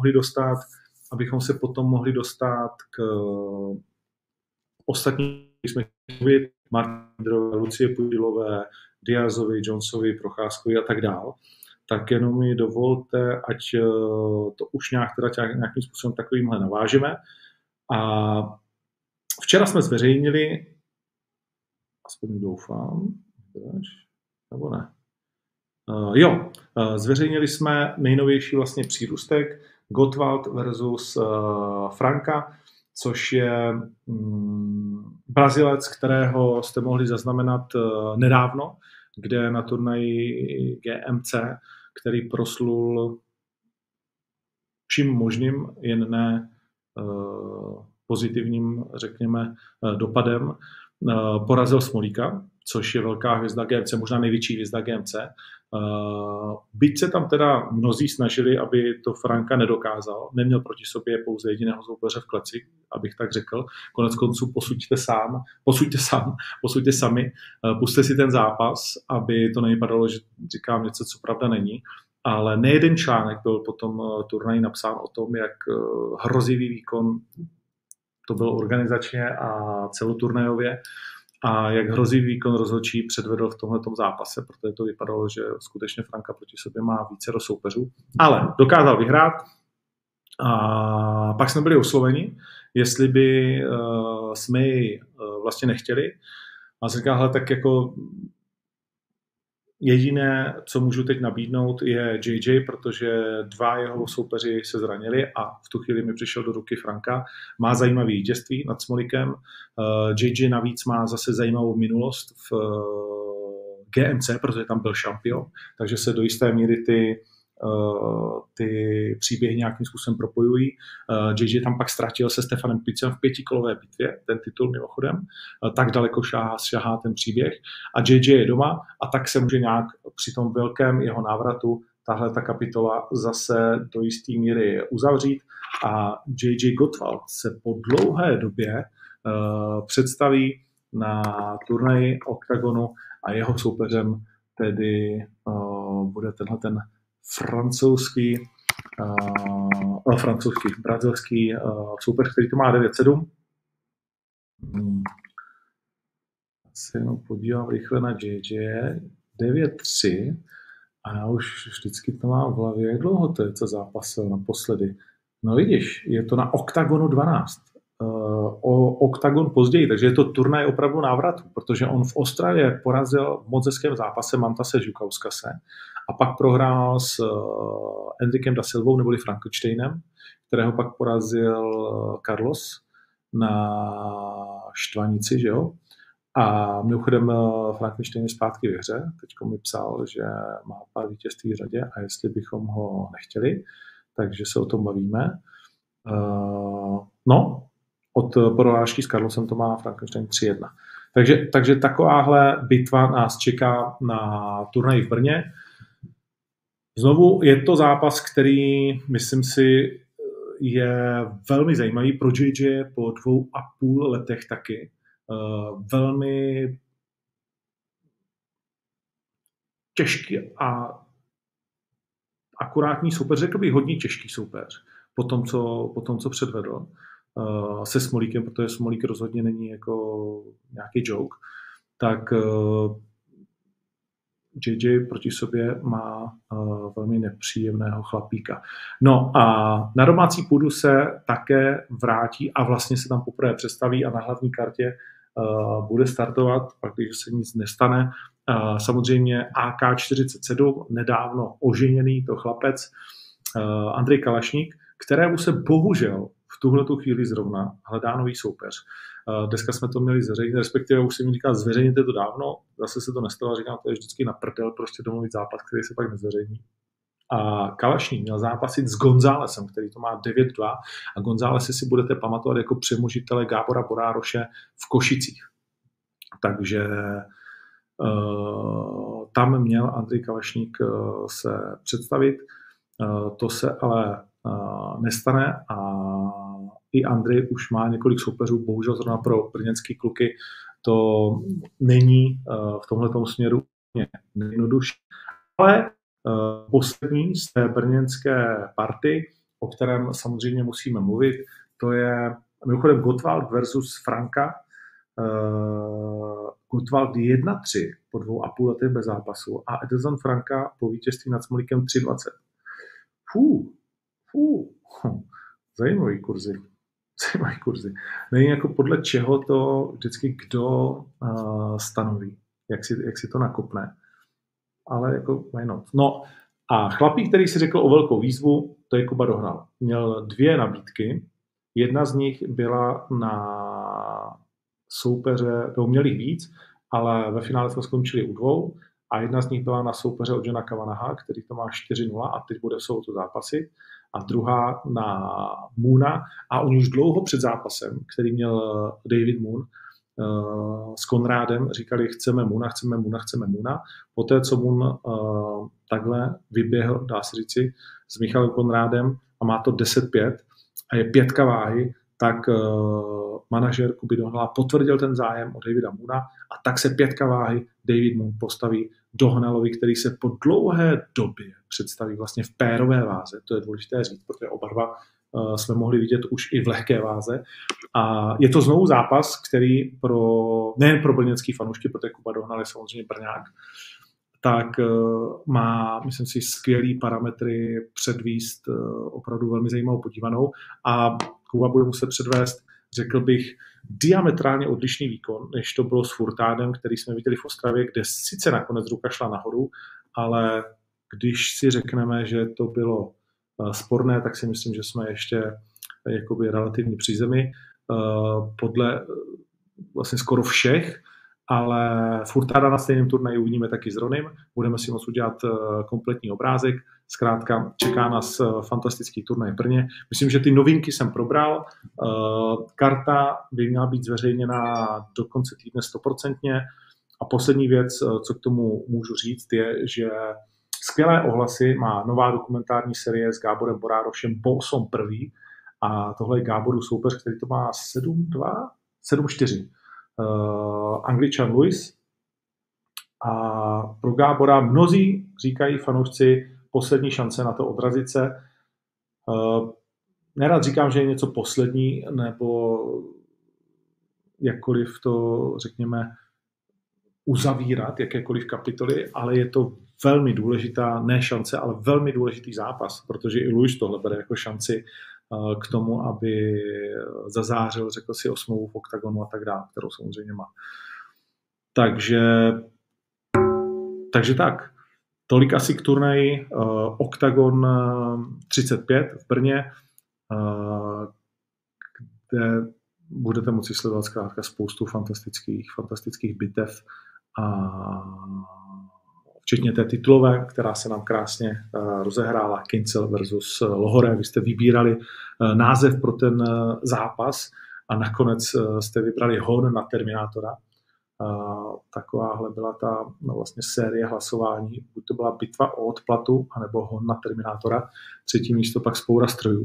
potom mohli dostat k ostatním, jsme mluvit Martinovi, Lucie Pudilové, Diazovi, Jonesovi, Procházkovi a tak dál. Tak jenom mi dovolte, ať to už nějakým způsobem takovýmhle navážeme. A včera jsme zveřejnili, aspoň doufám, nebo ne. Zveřejnili jsme nejnovější vlastně přírůstek Gottwald versus Franka, což je Brazilec, kterého jste mohli zaznamenat nedávno, kde na turnaji GMC, který proslul čím možným, jen ne pozitivním, řekněme, dopadem, porazil Smolíka, což je velká hvězda GMC, možná největší hvězda GMC. Byť se tam teda mnozí snažili, aby to Franka nedokázal, neměl proti sobě pouze jediného soupeře v kleci, abych tak řekl. Konec konců posuďte sami, pusťte si ten zápas, aby to nevypadalo, že říkám něco, co pravda není. Ale nejeden článek byl potom turnaji napsán o tom, jak hrozivý výkon to bylo organizačně a celoturnajově a jak hrozivý výkon rozhodčí předvedl v tomhletom zápase, protože to vypadalo, že skutečně Franka proti sobě má vícero soupeřů. Ale dokázal vyhrát a pak jsme byli osloveni, jestli by jsme ji vlastně nechtěli. A jsem říkal, hele, tak jako jediné, co můžu teď nabídnout, je JJ, protože 2 jeho soupeři se zranili a v tu chvíli mi přišel do ruky Franka. Má zajímavé vítězství nad Smolikem. JJ navíc má zase zajímavou minulost v GMC, protože tam byl šampion, takže se do jisté míry ty příběhy nějakým způsobem propojují. JJ tam pak ztratil se Stefanem Picem v 5kolové bitvě, ten titul mimochodem, tak daleko šahá ten příběh a JJ je doma a tak se může nějak při tom velkém jeho návratu tahle ta kapitola zase do jisté míry uzavřít a JJ Gottwald se po dlouhé době představí na turnaji Octagonu a jeho soupeřem tedy bude ten brazilský soupeř, který to má 9-7. Se jenom podívám rychle na JJ. 9-3 a já už vždycky to mám v hlavě. Jak dlouho to je, co zápasil naposledy? No vidíš, je to na Octagonu 12. O Octagon později, takže je to turnaj opravdu návratu, protože on v Ostravě porazil v moc hezkém zápase Mantase Žukauskase a pak prohrál s Enrikem da Silvou neboli Frankensteinem, kterého pak porazil Carlos na Štvanici, že jo? A mimochodem Frankenstein je zpátky ve hře, teďko mi psal, že má pár vítězství v řadě a jestli bychom ho nechtěli, takže se o tom bavíme. Od porážky s Carlosem to má Frankenstein 3-1. Takže takováhle bitva nás čeká na turnaji v Brně. Znovu je to zápas, který, myslím si, je velmi zajímavý pro JJ po 2,5 letech taky. Velmi těžký a akurátní soupeř, řekl bych hodně těžký soupeř. po tom, co předvedl se Smolíkem, protože Smolík rozhodně není jako nějaký joke, tak JJ proti sobě má velmi nepříjemného chlapíka. No a na domácí půdu se také vrátí a vlastně se tam poprvé představí a na hlavní kartě bude startovat, pak když se nic nestane. Samozřejmě AK-47, nedávno oženěný to chlapec Andrej Kalašník, kterému se bohužel v tuhletu chvíli zrovna hledá nový soupeř. Dneska jsme to měli zveřejnit, respektive už jsem mi říkal, zveřejněte to dávno, zase se to nestalo, říkám, to je vždycky na prdel, prostě domluvit zápas, který se pak nezveřejní. A Kalašník měl zápasit s Gonzálesem, který to má 9-2 a Gonzálese si budete pamatovat jako přemožitele Gábora Borároše v Košicích. Takže tam měl Andrej Kalašník se představit, to se ale nestane a i Andrej už má několik soupeřů, bohužel zrovna pro brněnský kluky to není v tomhletom směru nejjednodušší. Ale poslední z té brněnské party, o kterém samozřejmě musíme mluvit, to je mimochodem Gottwald versus Franka. Gottwald 1-3 po 2,5 letech bez zápasu a Edson Franka po vítězství nad Smolíkem 3-20. Zajímavý kurzy. Není jako podle čeho to vždycky kdo stanoví, jak si to nakopne. Ale jako why not? No a chlapík, který si řekl o velkou výzvu, to je Kuba Dohnal. Měl 2 nabídky. Jedna z nich byla na soupeře, měl jich víc, ale ve finále jsme skončili u 2 a jedna z nich byla na soupeře od Johna Kavanaha, který to má 4-0 a teď jsou to zápasy. A druhá na Moona a oni už dlouho před zápasem, který měl David Moon s Konrádem, říkali chceme Moona. Poté, co Moon takhle vyběhl, dá se říci, s Michalem Konrádem a má to 10-5 a je 5 váhy, tak manažer Kuby Dohnala potvrdil ten zájem o Davida Moona a tak se 5 váhy David Moon postaví Dohnalovi, který se po dlouhé době představí vlastně v pérové váze. To je důležité říct, protože oba dva jsme mohli vidět už i v lehké váze. A je to znovu zápas, který nejen pro brněnský fanoušky, protože Kuba Dohnal je samozřejmě Brňák, tak má, myslím si, skvělý parametry předvíst opravdu velmi zajímavou podívanou a Kuba bude muset předvést, řekl bych, diametrálně odlišný výkon, než to bylo s Furtádem, který jsme viděli v Ostravě, kde sice nakonec ruka šla nahoru, ale když si řekneme, že to bylo sporné, tak si myslím, že jsme ještě jakoby relativně při zemi podle vlastně skoro všech, ale Furtáda na stejném turnaji uvidíme taky s Ronym, budeme si moct udělat kompletní obrázek, zkrátka čeká nás fantastický turnaj v Brně. Myslím, že ty novinky jsem probral, karta by měla být zveřejněna do konce týdne 100%. A poslední věc, co k tomu můžu říct, je, že skvělé ohlasy má nová dokumentární série s Gáborem Borárošem Bolsom prvý a tohle je Gáboru soupeř, který to má 7-4. Angličan Lewis a pro Gábora mnozí říkají fanoušci poslední šance na to odrazit se. Nerad říkám, že je něco poslední, nebo jakkoliv to, řekněme, uzavírat jakékoliv kapitoly, ale je to velmi důležitá, ne šance, ale velmi důležitý zápas, protože i Luis tohle bere jako šanci k tomu, aby zazářil, řekl si, o smlouvu v oktagonu a tak dále, kterou samozřejmě má. Takže tak. Tolik asi k turnaji Oktagon 35 v Brně, kde budete moci sledovat zkrátka spoustu fantastických bitev a včetně té titulové, která se nám krásně rozehrála, Kincel versus Lohore. Vy jste vybírali název pro ten zápas a nakonec jste vybrali Hon na Terminátora. Takováhle byla ta vlastně série hlasování. Buď to byla bitva o odplatu, anebo Hon na Terminátora. Třetí místo pak Vzpoura strojů.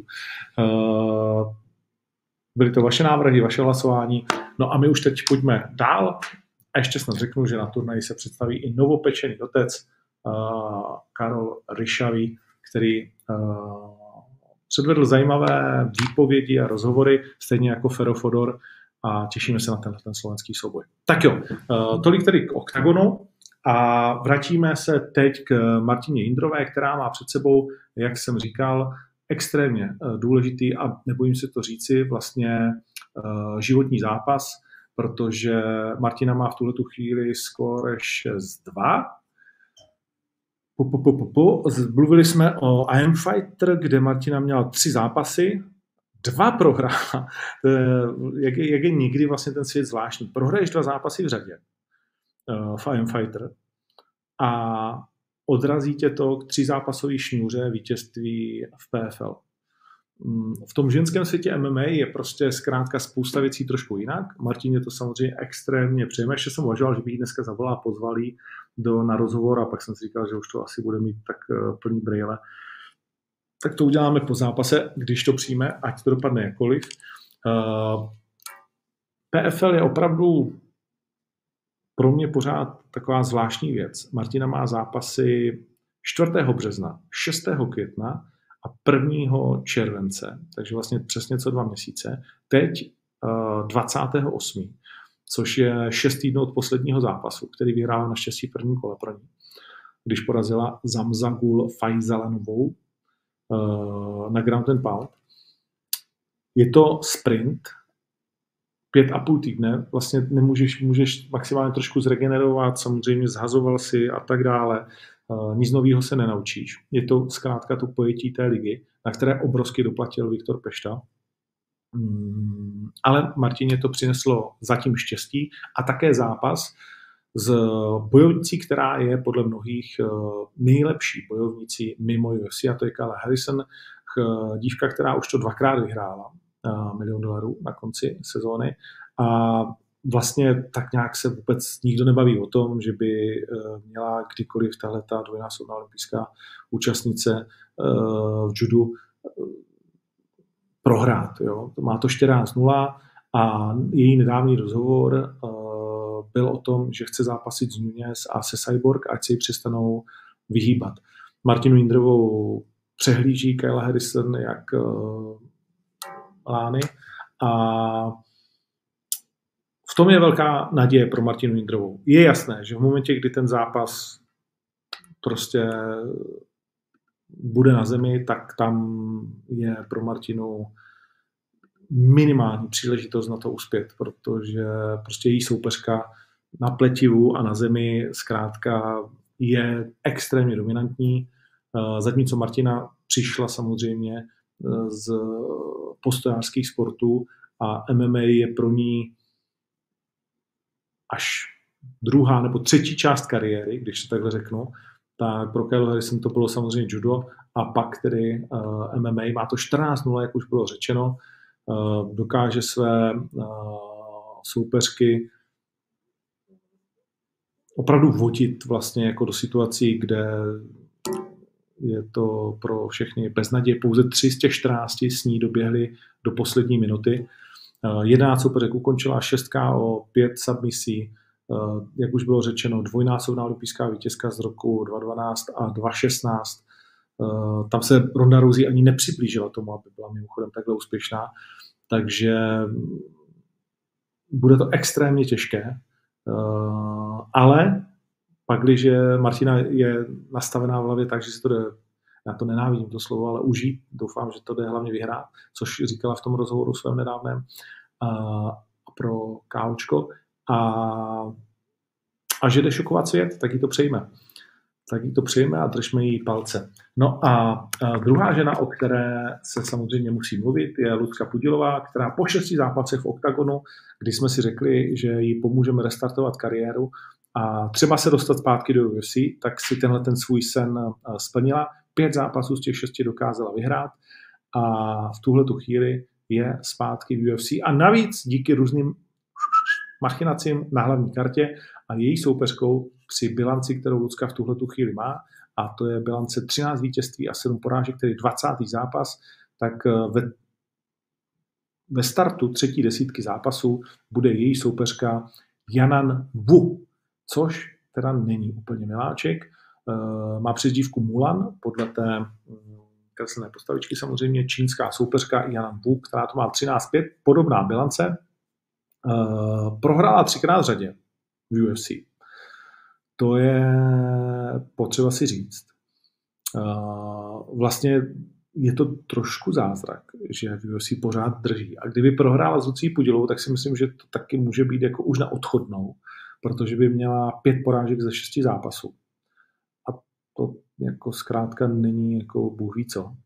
Byly to vaše návrhy, vaše hlasování. No a my už teď pojďme dál. A ještě snad řeknu, že na turnaji se představí i novopečený otec Karol Ryšavý, který Předvedl zajímavé výpovědi a rozhovory, stejně jako Fero Fodor, a těšíme se na ten slovenský souboj. Tak jo, tolik tedy k OKTAGONu a vrátíme se teď k Martině Jindrové, která má před sebou, jak jsem říkal, extrémně důležitý a nebojím se to říci, vlastně životní zápas, protože Martina má v tuhletu chvíli skóre 6-2. Mluvili jsme o I Am Fighter, kde Martina měla 3 zápasy, 2 prohrála. Jak je někdy vlastně ten svět zvláštní. Prohraješ 2 zápasy v řadě v I Am Fighter a odrazí tě to k 3 zápasové šňůře vítězství v PFL. V tom ženském světě MMA je prostě zkrátka spousta věcí trošku jinak. Martině to samozřejmě extrémně přejeme. Ještě jsem uvažoval, že bych ji dneska zavolal a pozval jí na rozhovor a pak jsem si říkal, že už to asi bude mít tak plný brejle. Tak to uděláme po zápase, když to přijme, ať to dopadne jakkoliv. PFL je opravdu pro mě pořád taková zvláštní věc. Martina má zápasy 4. března, 6. května a 1. července, takže vlastně přesně co 2 měsíce. Teď 28. což je 6 týdnů od posledního zápasu, který vyhrála naštěstí v prvním kole pro ní, když porazila Zamzagul Fajzalanovou na Ground and Pound. Je to sprint, 5,5 týdne, vlastně můžeš maximálně trošku zregenerovat, samozřejmě zhazoval si a tak dále, nic nového se nenaučíš. Je to zkrátka to pojetí té ligy, na které obrovsky doplatil Viktor Pešta. Ale Martině to přineslo zatím štěstí a také zápas s bojovnicí, která je podle mnohých nejlepší bojovnicí mimo UFC, a to je Kayla Harrison, dívka, která už to 2krát vyhrála $1 milion na konci sezóny a vlastně tak nějak se vůbec nikdo nebaví o tom, že by měla kdykoliv tahleta dvojnásobná olympijská účastnice v judu prohrát. Jo. Má to 14-0 a její nedávný rozhovor byl o tom, že chce zápasit s Nunes a se Cyborg, ať se jí přestanou vyhýbat. Martinu Jindrovou přehlíží Kayla Harrison jak lány a v tom je velká naděje pro Martinu Jindrovou. Je jasné, že v momentě, kdy ten zápas prostě bude na zemi, tak tam je pro Martinu minimální příležitost na to uspět, protože prostě její soupeřka na pletivu a na zemi zkrátka je extrémně dominantní, zatímco Martina přišla samozřejmě z postojářských sportů a MMA je pro ní až 2. nebo 3. část kariéry, když to takhle řeknu, tak pro Kaylu Harrison to bylo samozřejmě judo a pak tedy MMA. Má to 14-0, jak už bylo řečeno, dokáže své soupeřky opravdu vodit vlastně jako do situací, kde je to pro všechny beznaděj. Pouze 3 z těch 14 s ní doběhly do poslední minuty. 11 soupeřek ukončila, 6 KO, 5 submisí, jak už bylo řečeno, dvojnásobná olympijská vítězka z roku 2012 a 2016. Tam se Ronda Rousey ani nepřiblížila tomu, aby byla mimochodem takhle úspěšná. Takže bude to extrémně těžké. Ale pak, když Martina je nastavená v hlavě tak, že si to jde, já to nenávidím to slovo, ale užít, doufám, že to jde hlavně vyhrát, což říkala v tom rozhovoru svém nedávném pro KOčko, a že jde šokovat svět, tak jí to přejme. Tak jí to přejme a držme jí palce. No a druhá žena, o které se samozřejmě musí mluvit, je Lucka Pudilová, která po 6 zápasech v OKTAGONu, kdy jsme si řekli, že jí pomůžeme restartovat kariéru a třeba se dostat zpátky do UFC, tak si tenhle ten svůj sen splnila. 5 zápasů z těch 6 dokázala vyhrát a v tuhletu chvíli je zpátky v UFC a navíc díky různým machinacím na hlavní kartě a její soupeřkou při bilanci, kterou Lucka v tuhletu chvíli má, a to je bilance 13 vítězství a 7 porážek, který 20. zápas, tak ve startu 3. desítky zápasu bude její soupeřka Yanan Wu, což teda není úplně miláček. Má přezdívku Mulan podle té kreslené postavičky samozřejmě, čínská soupeřka Yanan Wu, která to má 13-5, podobná bilance, prohrála 3krát v řadě v UFC. To je potřeba si říct. Vlastně je to trošku zázrak, že v UFC pořád drží. A kdyby prohrála s Lucí Pudilovou, tak si myslím, že to taky může být jako už na odchodnou, protože by měla 5 porážek ze 6 zápasů. A to jako zkrátka není jako bůh ví co.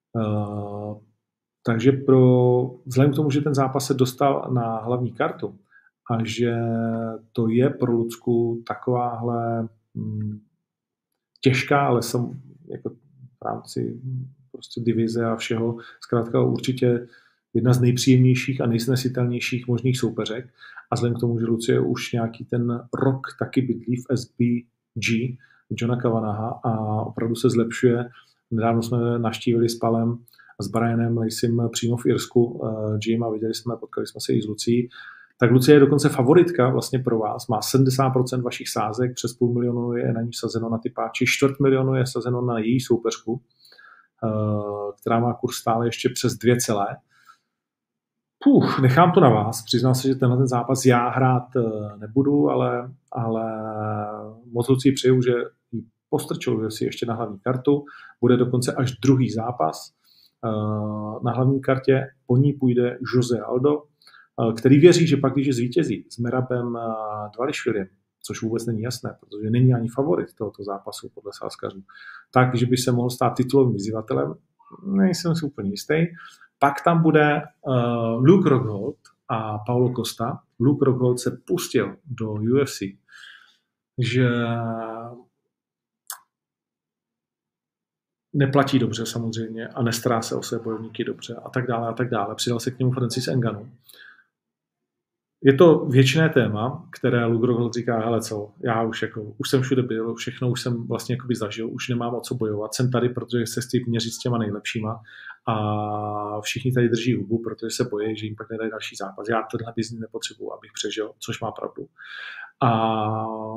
Takže vzhledem k tomu, že ten zápas se dostal na hlavní kartu a že to je pro Lucku takováhle těžká, ale jako v rámci prostě divize a všeho, zkrátka určitě jedna z nejpříjemnějších a nejsnesitelnějších možných soupeřek. A vzhledem k tomu, že Lucie už nějaký ten rok taky bydlí v SBG Johna Cavanaugha a opravdu se zlepšuje. Nedávno jsme navštívili s Palem a s Brianem Lacym přímo v Irsku gym a potkali jsme se i s Lucí. Tak Lucie je dokonce favoritka vlastně pro vás. Má 70% vašich sázek, přes 500 000 je na ní sazeno na typáči, 250 000 je sazeno na její soupeřku, která má kurz stále ještě přes 2 celé. Nechám to na vás. Přiznám se, že tenhle ten zápas já hrát nebudu, ale moc Lucii přeju, že ji postrčil si ještě na hlavní kartu. Bude dokonce až druhý zápas na hlavní kartě. Po ní půjde Jose Aldo, který věří, že pak, když zvítězí s Merabem Dvalishvilim, což vůbec není jasné, protože není ani favorit tohoto zápasu podle sázkařů, takže by se mohl stát titulovým vyzývatelem, nejsem si úplně jistý. Pak tam bude Luke Rockhold a Paulo Costa. Luke Rockhold se pustil do UFC, že neplatí dobře samozřejmě a nestará se o své bojovníky dobře a tak dále a tak dále. Přidal se k němu Francis Ngannou. Je to věčné téma, které Luke Rockhold říká, hele co, já už jsem všude byl, všechno už jsem vlastně jakoby zažil, už nemám o co bojovat, jsem tady, protože se chci měřit s těma nejlepšíma a všichni tady drží hubu, protože se bojí, že jim pak nedají další zápas. Já tenhle biznis nepotřebuji, abych přežil, což má pravdu. A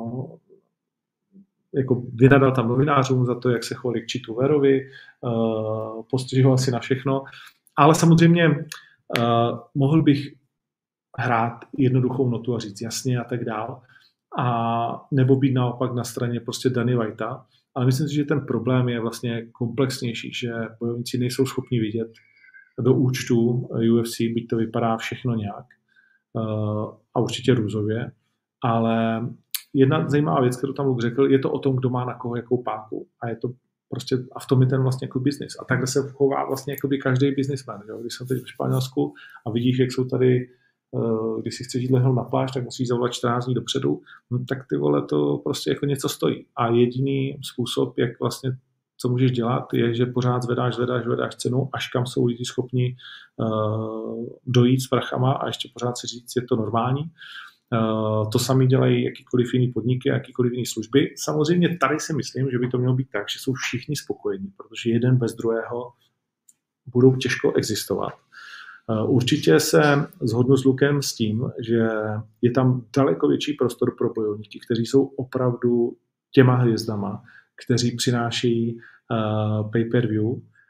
jako vynadal tam novinářům za to, jak se chovali k Chitu Verovi, postihoval si na všechno, ale samozřejmě mohl bych hrát jednoduchou notu a říct jasně a tak dál, a nebo být naopak na straně prostě Danny Whitea, ale myslím si, že ten problém je vlastně komplexnější, že bojovníci nejsou schopni vidět do účtu UFC, byť to vypadá všechno nějak a určitě růzově, ale jedna zajímavá věc, kterou tam Luke řekl, je to o tom, kdo má na koho jakou páku a je to prostě, a v tom je ten vlastně jako biznis. A takhle se chová vlastně jako by každý biznisman. Když jsem teď v Španělsku a vidíš, jak jsou tady, když si chceš jít lehnout na pláž, tak musíš zavolat 14 dní dopředu, no, tak ty vole, to prostě jako něco stojí. A jediný způsob, jak vlastně, co můžeš dělat, je, že pořád zvedáš cenu, až kam jsou lidi schopni dojít s prachama a ještě pořád si říct, je to normální. To sami dělají jakýkoliv jiný podniky, jakýkoliv jiný služby. Samozřejmě tady si myslím, že by to mělo být tak, že jsou všichni spokojení, protože jeden bez druhého budou těžko existovat. Určitě se shodnu s Lukem s tím, že je tam daleko větší prostor pro bojovníky, kteří jsou opravdu těma hvězdama, kteří přinášejí pay-per-view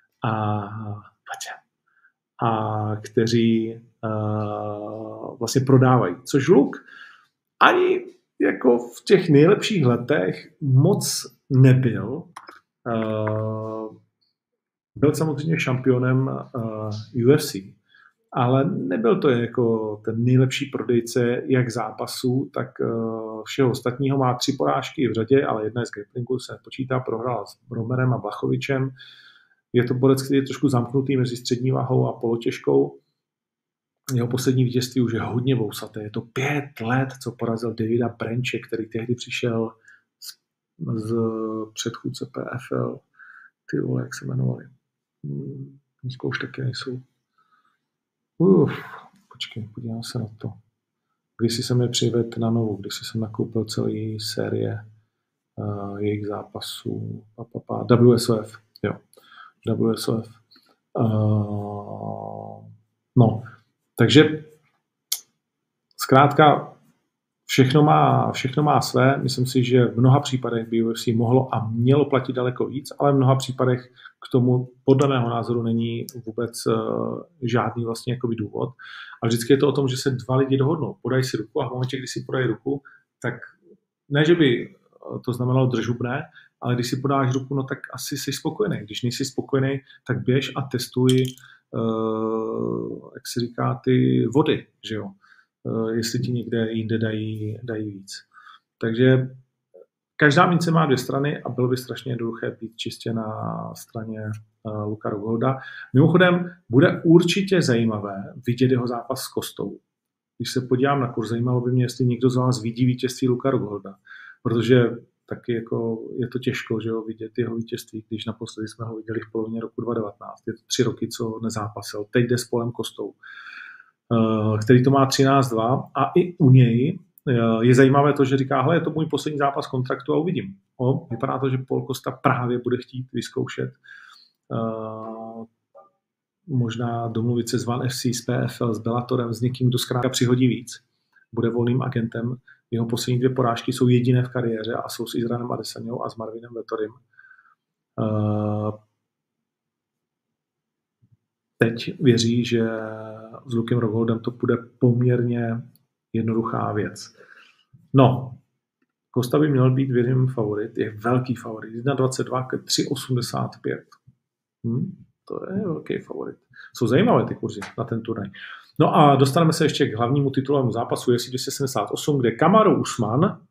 a kteří vlastně prodávají. Což Luke ani jako v těch nejlepších letech moc nebyl. Byl samozřejmě šampionem UFC, ale nebyl to jako ten nejlepší prodejce jak zápasů, tak všeho ostatního. Má 3 porážky v řadě, ale jedna je z grapplingu, se nepočítá, prohrál s Romerem a Blachowicem. Je to borec, který je trošku zamknutý mezi střední váhou a polotěžkou. Jeho poslední vítězství už je hodně vousaté. Je to 5 let, co porazil Davida Branche, který tehdy přišel z předchůdce PFL. Ty vole, jak se jmenovali. Dneska už taky nejsou. Počkej, podívám se na to. Když jsem je přivedl na novou, když jsem nakoupil celý série jejich zápasů. WSOF, jo. WSOF. No, takže zkrátka všechno má své. Myslím si, že v mnoha případech by UFC mohlo a mělo platit daleko víc, ale v mnoha případech k tomu podle mého názoru není vůbec žádný vlastně jakoby důvod. A vždycky je to o tom, že se dva lidi dohodnou, podají si ruku a v momentě, kdy si podají ruku, tak ne, že by to znamenalo držubné, ale když si podáš ruku, no tak asi jsi spokojený. Když nejsi spokojený, tak běž a testuj, jak se říká, ty vody, že jo? Jestli ti někde jinde dají víc. Takže každá mince má dvě strany a bylo by strašně jednoduché být čistě na straně Luka Rockholda. Mimochodem, bude určitě zajímavé vidět jeho zápas s Kostou. Když se podívám na kurz, zajímalo by mě, jestli někdo z vás vidí vítězství Luka Rockholda, protože taky jako je to těžko, že jo, vidět jeho vítězství, když naposledy jsme ho viděli v polovině roku 2019. Je to 3 roky, co nezápasil. Teď jde s Paulem Kostou, který to má 13-2 a i u něj je zajímavé to, že říká, hele, je to můj poslední zápas kontraktu a uvidím. Vypadá to, že Paul Costa právě bude chtít vyzkoušet možná domluvit se s One FC, s PFL, s Bellatorem, s někým, kdo zkrátka přihodí víc. Bude volným agentem. Jeho poslední 2 porážky jsou jediné v kariéře a jsou s Israelem Adesanjou a s Marvinem Vettorim. Teď věří, že s Lukem Rockholdem to bude poměrně jednoduchá věc. No, Costa by měl být věřím favorit, je velký favorit, 1,22 ke 3,85. To je velký favorit. Jsou zajímavé ty kurzy na ten turnaj. No a dostaneme se ještě k hlavnímu titulovému zápasu UFC 278, kde Kamaru Usman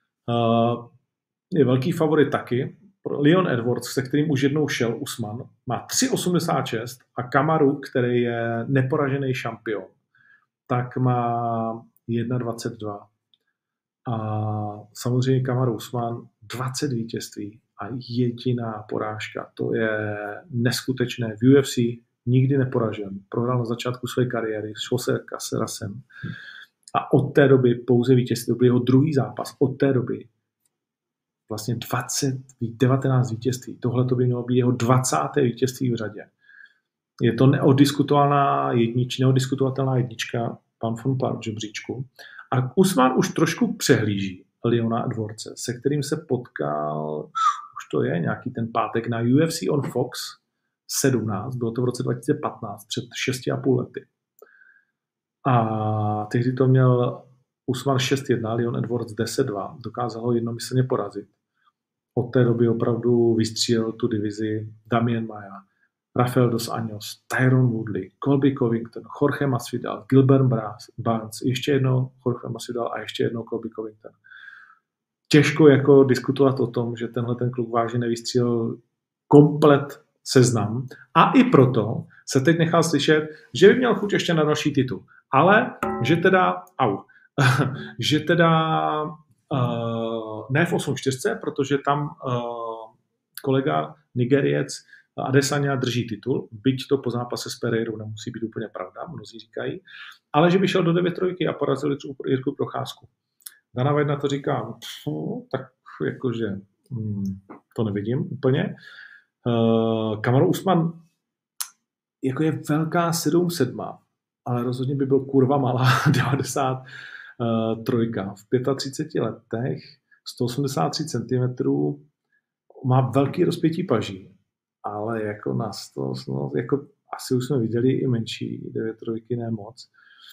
je velký favorit taky. Leon Edwards, se kterým už jednou šel Usman, má 3,86 a Kamaru, který je neporažený šampion, tak má 1,22. A samozřejmě Kamaru Usman 20 vítězství a jediná porážka. To je neskutečné. V UFC nikdy neporažen. Prohrál na začátku své kariéry s Jose Cacerasem. A od té doby pouze vítězství. To byl jeho druhý zápas. Od té doby vlastně 19 vítězství. Tohle to by mělo být jeho 20. vítězství v řadě. Je to neodiskutovatelná jednička, pan von Park v žebříčku. A Usman už trošku přehlíží Leona Edwardse, se kterým se potkal, už to je nějaký ten pátek, na UFC on Fox 17, bylo to v roce 2015, před 6,5 lety. A tehdy to měl Usman 6-1, Leon Edwards 10-2, dokázal ho jednomyslně porazit. Od té doby opravdu vystřílel tu divizi Damian Maia, Rafael dos Anjos, Tyron Woodley, Colby Covington, Jorge Masvidal, Gilbert Burns, ještě jednou Jorge Masvidal a ještě jednou Colby Covington. Těžko jako diskutovat o tom, že tenhle ten kluk vážně nevystřílel komplet seznam a i proto se teď nechal slyšet, že by měl chuť ještě na další titul. Ale že teda ne v 8-4, protože tam kolega Nigeriec Adesanya drží titul, byť to po zápase s Pereirou nemusí být úplně pravda, mnozí říkají, ale že by šel do 9-3 a porazil Jirku Procházku. Dana White na to říká, tak jakože to nevidím úplně. Kamaru Usman jako je velká 7-7, ale rozhodně by byl kurva malá 93. V 35 letech 183 cm má velký rozpětí paží, ale jako na 100, no, jako asi už jsme viděli i menší 9-3, ne moc.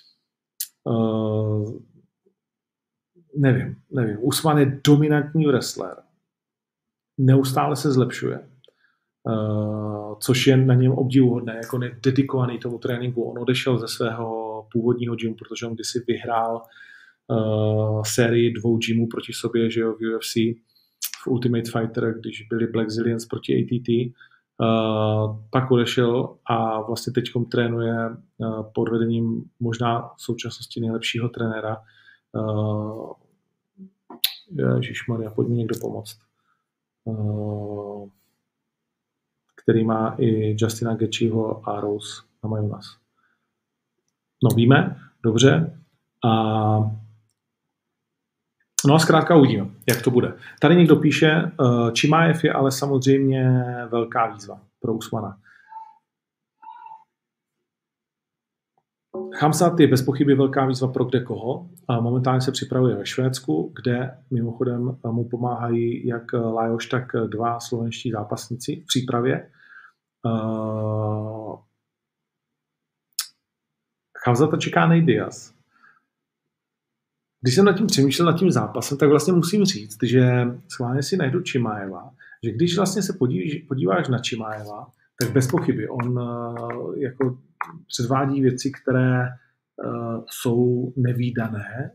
Nevím. Usman je dominantní wrestler. Neustále se zlepšuje. Což je na něm obdivuhodné, jako dedikovaný tomu tréninku. On odešel ze svého původního gymu, protože on kdysi vyhrál sérii 2 gymů proti sobě, že jo, v UFC, v Ultimate Fighter, když byli Black Zillions proti ATT. Pak odešel a vlastně teďkom trénuje pod vedením možná v současnosti nejlepšího trenéra. Ježišmarja, pojď mi někdo pomoct. Který má i Justina Gaethjeho a Rose Namajunas. No víme, dobře. No a zkrátka uvidíme, jak to bude. Tady někdo píše, Chimaev je ale samozřejmě velká výzva pro Usmana. Khamzat je bez pochyby velká výzva pro kde koho. Momentálně se připravuje ve Švédsku, kde mimochodem mu pomáhají jak Lajos, tak 2 slovenští zápasníci v přípravě. Khamzata čeká Nate Diaz. Když jsem nad tím přemýšlel nad tím zápasem, tak vlastně musím říct, že schválně si najdu Chimaeva, že když vlastně se podíváš na Chimaeva, tak bez pochyby on jako předvádí věci, které jsou nevídané.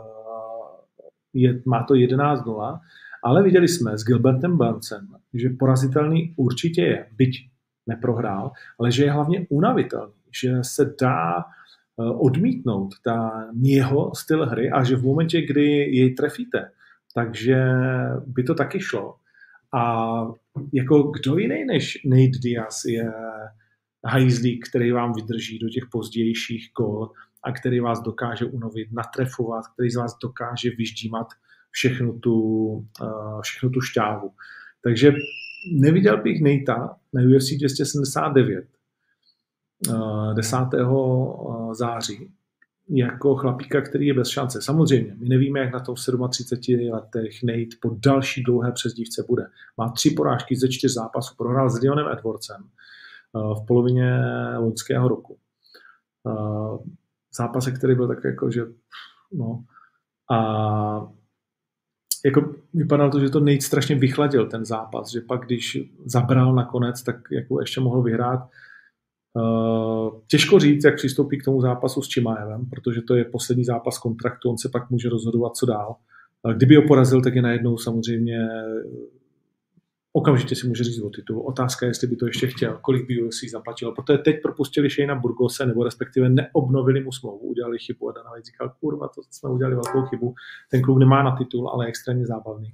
Má to 11-0, ale viděli jsme s Gilbertem Burnsem, že porazitelný určitě je, byť neprohrál, ale že je hlavně unavitelný, že se dá odmítnout jeho styl hry a že v momentě, kdy jej trefíte, takže by to taky šlo. A jako kdo jiný než Nate Diaz je hajzlík, který vám vydrží do těch pozdějších kol a který vás dokáže unovit, natrefovat, který z vás dokáže vyždímat všechnu tu šťávu. Takže neviděl bych Natea na UFC 279 10. září jako chlapíka, který je bez šance. Samozřejmě, my nevíme, jak na tom v 37 letech Nate po další dlouhé přezdívce bude. Má 3 porážky ze 4 zápasů. Prohrál s Leonem Edwardsem v polovině loňského roku. Zápasek, který byl tak jako, že no. A jako vypadalo to, že to Nate strašně vychladil ten zápas, že pak, když zabral nakonec, tak jako ještě mohl vyhrát. Těžko říct, jak přistoupí k tomu zápasu s Chimaevem, protože to je poslední zápas kontraktu, on se pak může rozhodovat, co dál. Kdyby ho porazil, tak je najednou samozřejmě okamžitě si může říct o titul. Otázka je, jestli by to ještě chtěl, kolik by UFC zaplatilo. Protože teď propustili Shayna Burgose, nebo respektive neobnovili mu smlouvu, udělali chybu a Dana White říkal, kurva, to jsme udělali velkou chybu. Ten kluk nemá na titul, ale je extrémně zábavný.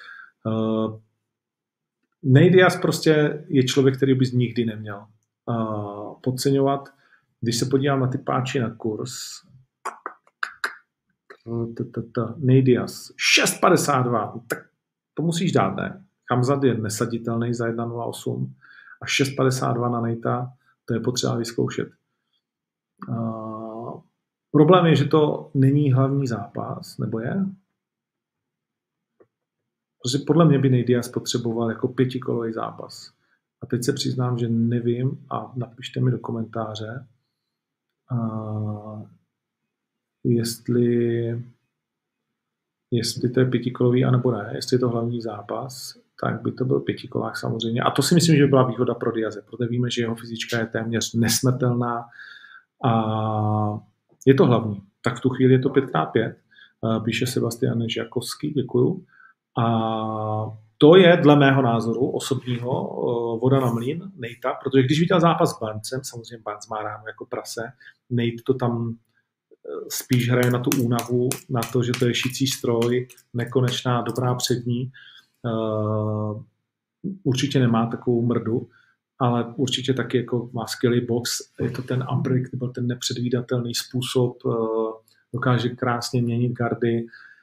Nate Diaz prostě je člověk, který bys nikdy neměl podceňovat. Když se podívám na ty páči na kurz, Nate Diaz 6,52, tak to musíš dát, ne? Khamzat je nesaditelný za 1,08 a 6,52 na Natea, to je potřeba vyzkoušet. Problém je, že to není hlavní zápas, nebo je? Protože podle mě by Nate Diaz potřeboval jako 5kolový zápas. A teď se přiznám, že nevím a napište mi do komentáře, jestli to je 5kolový, anebo ne. Jestli je to hlavní zápas, tak by to byl 5kolák samozřejmě. A to si myslím, že by byla výhoda pro Diaze, protože víme, že jeho fyzička je téměř nesmrtelná a je to hlavní. Tak v tu chvíli je to 5x5, píše Sebastian Žakovský, děkuju. A to je dle mého názoru osobního voda na mlýn Natea, protože když viděl zápas s Barnesem, samozřejmě Barnes má ráno jako prase, Nate to tam spíš hraje na tu únavu, na to, že to je šicí stroj, nekonečná dobrá přední. Určitě nemá takovou mrdu, ale určitě taky jako má skvělý box. Je to ten unpredictable, ten nepředvídatelný způsob, dokáže krásně měnit gardy.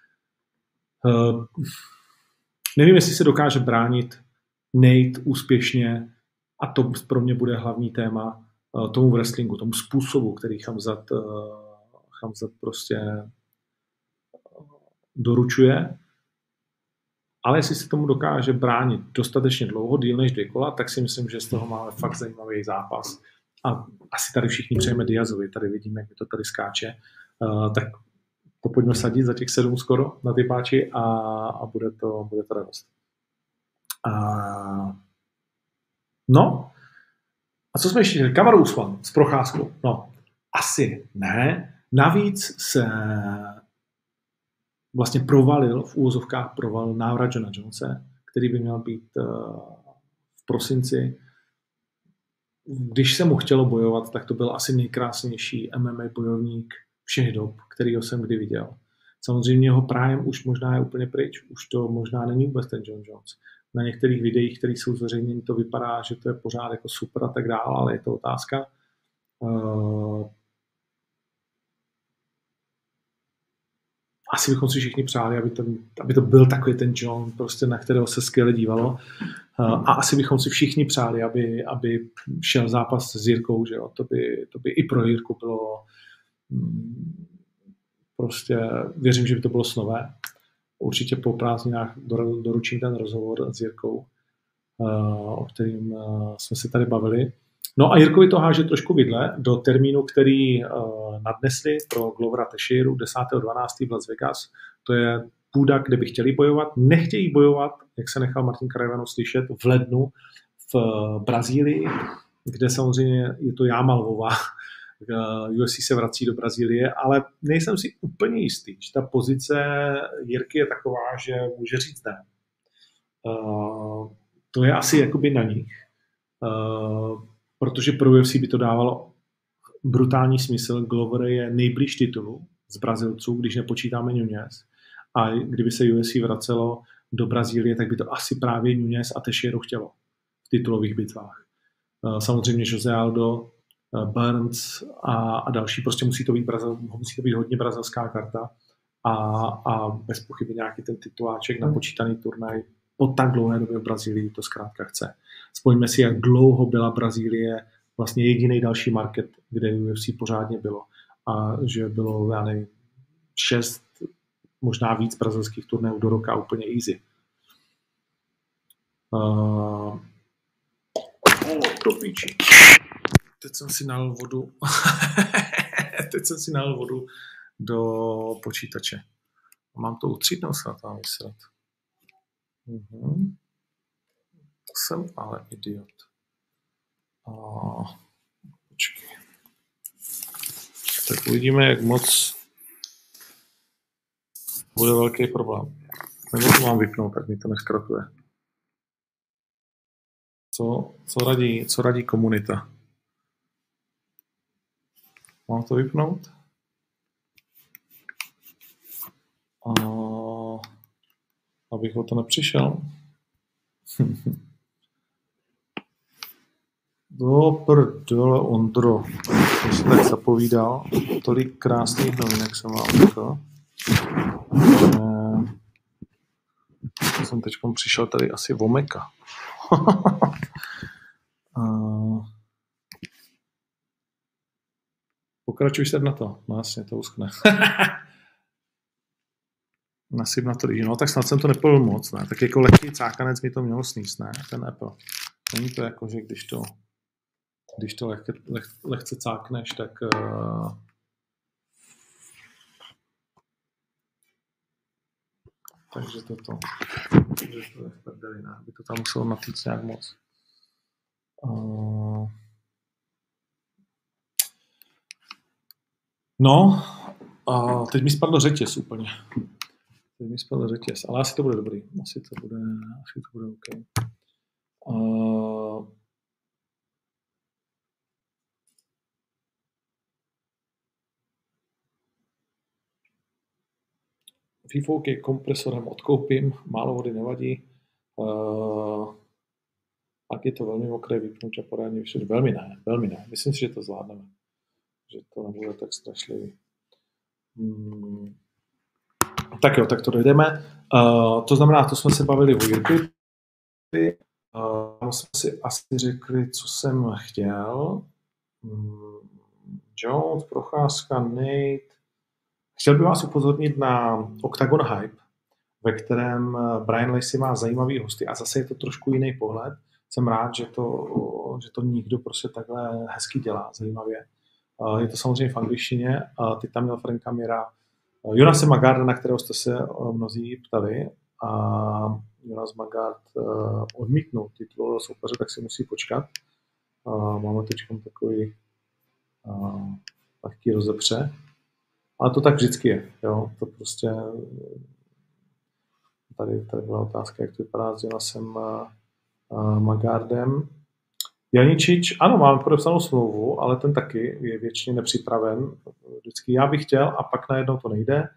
Nevím, jestli se dokáže bránit Nate úspěšně a to pro mě bude hlavní téma tomu wrestlingu, tomu způsobu, který Khamzat prostě doručuje. Ale jestli se tomu dokáže bránit dostatečně dlouho, díl než 2 kola, tak si myslím, že z toho máme fakt zajímavý zápas. A asi tady všichni přejeme Diazovi, tady vidíme, jak to tady skáče. Tak to pojďme sadit za těch 7 skoro na ty páči a bude to radost. No, a co jsme ještě říkali? Kamaru Usman s procházkou. No, asi ne. Navíc se vlastně v úvozovkách provalil návrat Johna Jonese, který by měl být v prosinci. Když se mu chtělo bojovat, tak to byl asi nejkrásnější MMA bojovník všech dob, kterýho jsem kdy viděl. Samozřejmě jeho prime už možná je úplně pryč, už to možná není vůbec ten John Jones. Na některých videích, které jsou zveřejněny, to vypadá, že to je pořád jako super a tak dále, ale je to otázka. Asi bychom si všichni přáli, aby to byl takový ten John, prostě na kterého se skvěle dívalo. A asi bychom si všichni přáli, aby šel zápas s Jirkou, že jo? To by i pro Jirku bylo prostě, věřím, že by to bylo snové. Určitě po prázdninách doručím ten rozhovor s Jirkou. o kterým jsme si tady bavili. No a Jirkovi to háže trošku vidle do termínu, který nadnesli pro Glovera Teixeiru 10.12. v Las Vegas. To je půda, kde by chtěli bojovat. Nechtějí bojovat, jak se nechal Martin Caruana slyšet, v lednu v Brazílii, kde samozřejmě je to jáma lvová. UFC se vrací do Brazílie, ale nejsem si úplně jistý, že ta pozice Jirky je taková, že může říct ne. To je asi jakoby na nich, protože pro UFC by to dávalo brutální smysl. Glover je nejblíž titulu z Brazilců, když nepočítáme Nunes. A kdyby se UFC vracelo do Brazílie, tak by to asi právě Nunes a Teixeira chtělo v titulových bitvách. Samozřejmě Jose Aldo, Burns a další. Prostě musí to být hodně brazilská karta a bez pochyby nějaký ten tituláček na počítaný turnaj po tak dlouhé době v Brazílii to zkrátka chce. Vzpomeňme si, jak dlouho byla Brazílie vlastně jediný další market, kde UFC pořádně bylo. A že bylo, já nevím, 6, možná víc brazilských turnajů do roka úplně easy. Do píči. Teď jsem si nalil vodu do počítače. Mám to utřít, nebo se na to vysrat? To jsem ale idiot. Počkej. Tak uvidíme, jak moc bude velký problém. Nebo to mám vypnout, tak mi to neskratuje. Co radí komunita? Mám to vypnout? Abych o to nepřišel. Do prdele, Ondro. To jsem tak zapovídal. Tolik krásných novinek jsem vám řekl. Jsem teď přišel tady asi Vomeka. Pokračuj se na to. No jasně, to uschne. Nasyp na to rýži. No tak snad jsem to nepolil moc, ne? Tak jako lehký cákanec mi to mělo sníst, ne? Ten Apple. Není to jako, že když to lehce cákneš, tak takže to je v prdeli, ne? By to tam muselo natýct nějak moc. No, teď mi spadl řetěz úplně. Ale asi to bude dobrý. Asi to bude OK. Výfouk kompresorem odkoupím, málo vody nevadí. Pak je to velmi mokré, vypnout a pořádně vyšet. Velmi ne. Myslím si, že to zvládneme. Že to nebude tak strašlivý. Tak jo, tak to dojdeme. To znamená, to jsme se bavili o Jirkovi. Jsme si asi řekli, co jsem chtěl. Jones, Procházka, Nate. Chtěl bych vás upozornit na Octagon Hype, ve kterém Brian Lacey má zajímavý hosty a zase je to trošku jiný pohled. Jsem rád, že to někdo prostě takhle hezky dělá, zajímavě. Je to samozřejmě v angličtině. Teď tam měl Franka Mira, Jonase Magarda, na kterého jste se mnozí ptali. A Jonas Magard odmítnul titul soupeře, tak si musí počkat. Máme teď takový lehký rozepře. Ale to tak vždycky je. Jo? To prostě tady byla otázka, jak to vypadá s Jonasem Magardem. Janičič, ano, máme podepsanou smlouvu, ale ten taky je většině nepřipraven. Vždycky já bych chtěl a pak najednou to nejde.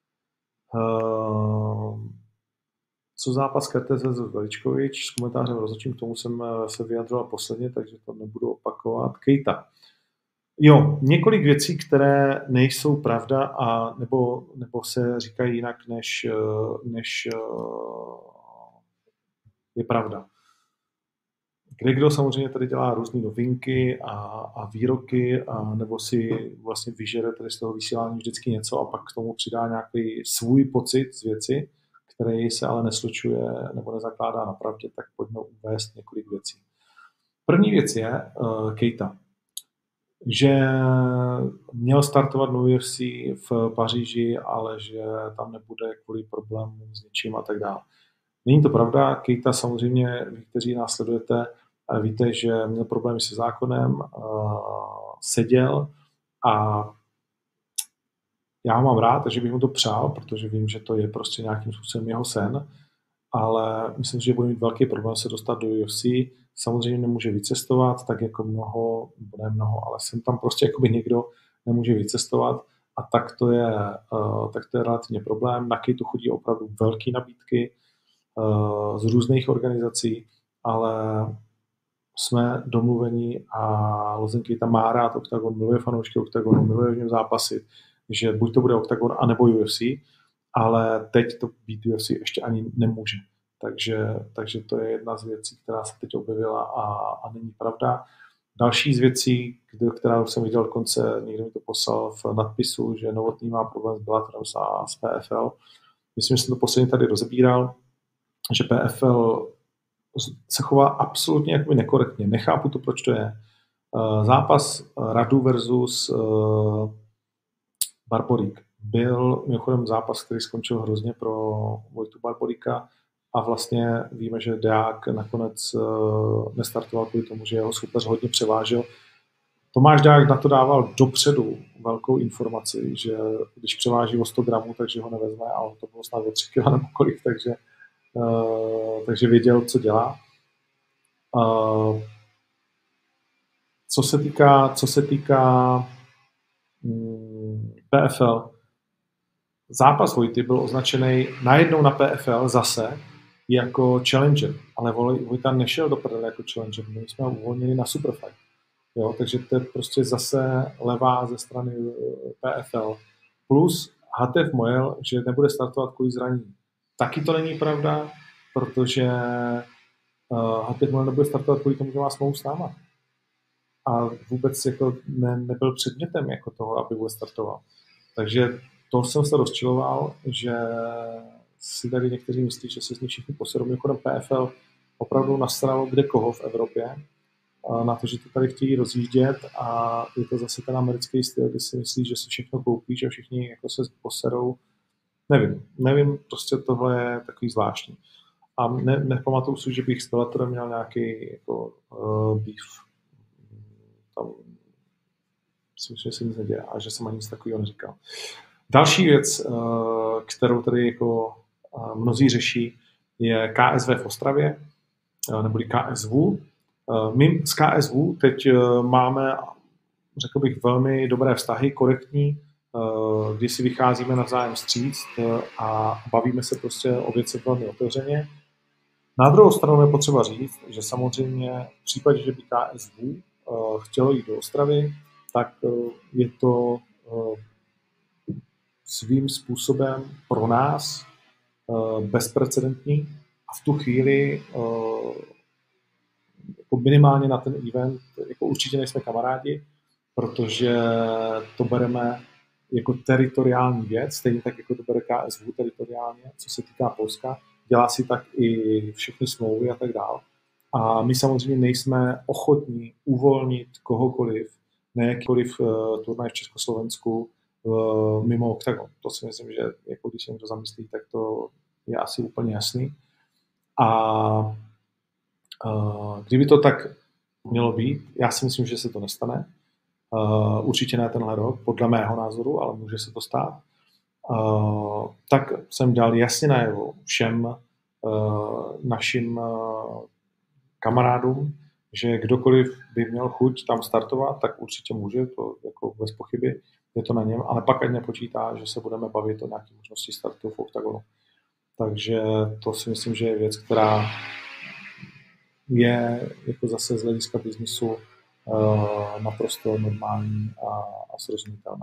Co zápas Kertész vs. Veličkovič? S komentářem rozhodčím, k tomu jsem se vyjadřoval posledně, takže to nebudu opakovat. Kejta. Jo, několik věcí, které nejsou pravda a nebo se říkají jinak, než je pravda. Kdekdo samozřejmě tady dělá různé novinky a výroky, nebo si vlastně vyžere tady z toho vysílání vždycky něco a pak k tomu přidá nějaký svůj pocit z věci, který se ale neslučuje nebo nezakládá na pravdě, tak pojďme uvést několik věcí. První věc je Keita, že měl startovat na UFC v Paříži, ale že tam nebude kvůli problémům s něčím a tak dále. Není to pravda, Keita samozřejmě, vy, kteří nás sledujete, víte, že měl problémy se zákonem, seděl a já ho mám rád, takže bych mu to přál, protože vím, že to je prostě nějakým způsobem jeho sen, ale myslím, že bude mít velký problém se dostat do UFC. Samozřejmě nemůže vycestovat, tak jako ne mnoho, ale jsem tam prostě jakoby někdo nemůže vycestovat a tak to je relativně problém. Na Keitu chodí opravdu velké nabídky z různých organizací, ale jsme domluveni a Lozen Keita má rád Oktagon, miluje fanoušky Oktagonu, miluje v něm zápasit, že buď to bude Oktagon, anebo UFC, ale teď to být UFC ještě ani nemůže. Takže to je jedna z věcí, která se teď objevila a není pravda. Další z věcí, která jsem viděl dokonce, někdo mi to poslal v nadpisu, že Novotný má problém s Bellatorem a s PFL. Myslím, že jsem to posledně tady rozebíral, že PFL se chová absolutně jakoby nekorektně. Nechápu to, proč to je. Zápas Radu versus Barborík byl mimochodem zápas, který skončil hrozně pro Vojtu Barboríka a vlastně víme, že Deák nakonec nestartoval kvůli tomu, že jeho soupeř hodně převážil. Tomáš Deák na to dával dopředu velkou informaci, že když převáží o 100 gramů, takže ho nevezme, ale to bylo snad o 3 kg nebo kolik, takže věděl, co dělá. Co se týká PFL, zápas Vojty byl označený najednou na PFL zase jako challenger, ale Vojta nešel do prdele jako challenger, my jsme ho uvolnili na Superfight. Jo, takže to je prostě zase levá ze strany PFL. Plus Hatev Moel, že nebude startovat kvůli zranění. Taky to není pravda, protože Hatev Moel nebude startovat kvůli tomu, že má smlouvu s náma. A vůbec jako nebyl předmětem jako toho, aby vůbec startoval. Takže to jsem se rozčiloval, že si tady někteří myslí, že se z nich všichni posedou. Mimochodem PFL opravdu nasralo kde koho v Evropě na to, že to tady chtějí rozjíždět a je to zase ten americký styl, kdy si myslí, že si všechno koupí, že všichni jako se posedou. Nevím, prostě tohle je takový zvláštní. A nepamatuju si, že bych s Bellatorem měl nějaký jako beef. Tam si myslím, že se nic neděje a že jsem ani nic takového neříkal. Další věc, kterou tady jako mnozí řeší, je KSV v Ostravě, neboli KSV. My s KSV teď máme, řekl bych, velmi dobré vztahy, korektní, kdy si vycházíme navzájem vstříc a bavíme se prostě o věci velmi otevřeně. Na druhou stranu je potřeba říct, že samozřejmě v případě, že by KSV chtělo jít do Ostravy, tak je to svým způsobem pro nás bezprecedentní a v tu chvíli jako minimálně na ten event jako určitě nejsme kamarádi, protože to bereme jako teritoriální věc, stejně tak jako to bere KSV teritoriálně, co se týká Polska. Dělá si tak i všechny smlouvy a tak dále. A my samozřejmě nejsme ochotní uvolnit kohokoliv na jakýkoliv turnaj v Československu mimo Oktagon. To si myslím, že jako když se někdo zamyslí, tak to je asi úplně jasný. A kdyby to tak mělo být, já si myslím, že se to nestane. Určitě ne tenhle rok, podle mého názoru, ale může se to stát. Tak jsem dal jasně najevo všem našim kamarádům, že kdokoliv by měl chuť tam startovat, tak určitě může, to jako bez pochyby, je to na něm, ale pak ať nepočítá, že se budeme bavit o nějaké možnosti startu v Oktagonu. Takže to si myslím, že je věc, která je jako zase z hlediska biznisu naprosto normální a srozumitelná.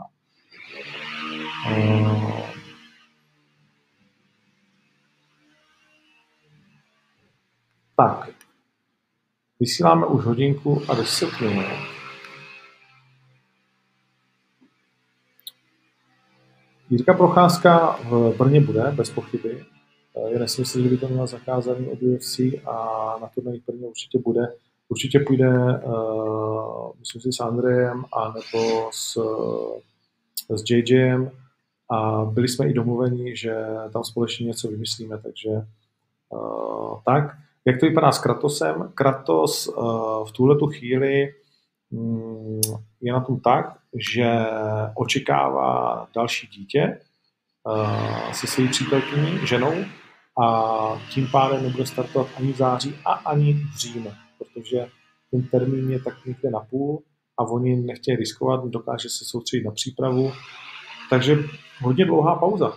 Tak, vysíláme už hodinku a 10 minut. Jirka Procházka v Brně bude, bez pochyby. Je nesmysl, že by to měla zakázaný od UFC a na turnajích první určitě bude. Určitě půjde, myslím si, s Andrejem a nebo s JJem a byli jsme i domluveni, že tam společně něco vymyslíme, takže tak. Jak to vypadá s Kratosem? Kratos v tuhletu chvíli je na tom tak, že očekává další dítě se svojí přítelkyní, ženou, a tím pádem nebude startovat ani v září a ani v říjnu, protože ten termín je tak někde na půl a oni nechtějí riskovat, dokáže se soustředit na přípravu, takže hodně dlouhá pauza.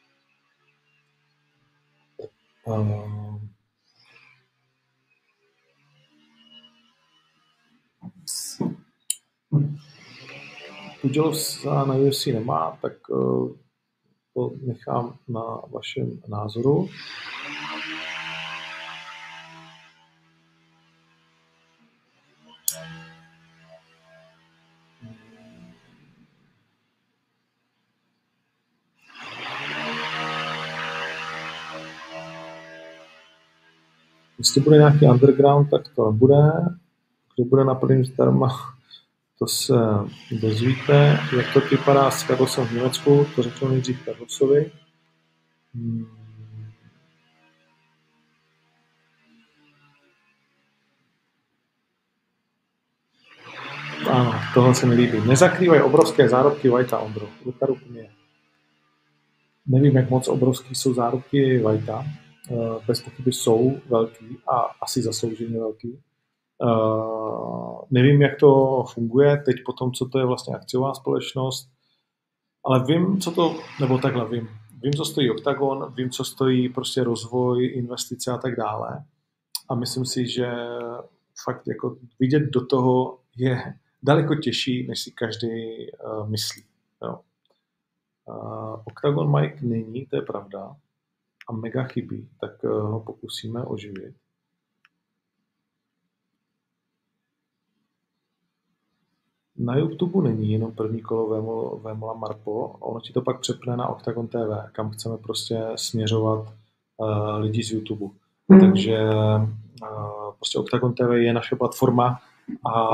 Pudělov na UFC nemá, tak to nechám na vašem názoru. Jestli bude nějaký underground, tak to nebude. Kdo bude na prvním zdarma, to se dozvíte. Jak to vypadá s Carlosem v Německu, to řeknu nejdřív Carlosovi. Ano, tohle se mi líbí. Nezakrývají obrovské zárobky Whitea, Ondro. Luka mě. Nevím, jak moc obrovský jsou zárobky Whitea. Bez pochyby jsou velký a asi zaslouženě velký. Nevím, jak to funguje teď po tom, co to je vlastně akciová společnost, ale vím, co to, nebo takhle vím. Vím, co stojí Octagon, vím, co stojí prostě rozvoj, investice a tak dále. A myslím si, že fakt jako vidět do toho je daleko těžší, než si každý myslí. Jo. Octagon Mike není, to je pravda, a mega chybí, tak ho pokusíme oživit. Na YouTube není jenom první kolo Vémola Marpo, ono ti to pak přepne na Octagon TV, kam chceme prostě směřovat lidi z YouTube. Takže prostě Octagon TV je naše platforma a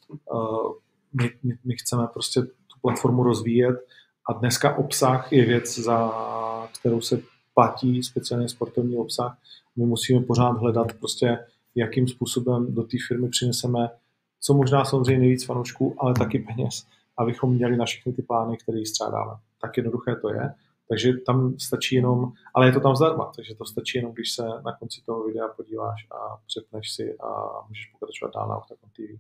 my chceme prostě tu platformu rozvíjet a dneska obsah je věc, za kterou se platí, speciálně sportovní obsah. My musíme pořád hledat prostě, jakým způsobem do té firmy přineseme co možná samozřejmě nejvíc fanoušků, ale taky peněz, abychom měli na všechny ty plány, které střádáme. Tak jednoduché to je. Takže tam stačí jenom, ale je to tam zdarma, takže to stačí jenom, když se na konci toho videa podíváš a přepneš si a můžeš pokračovat dál na Octagon TV.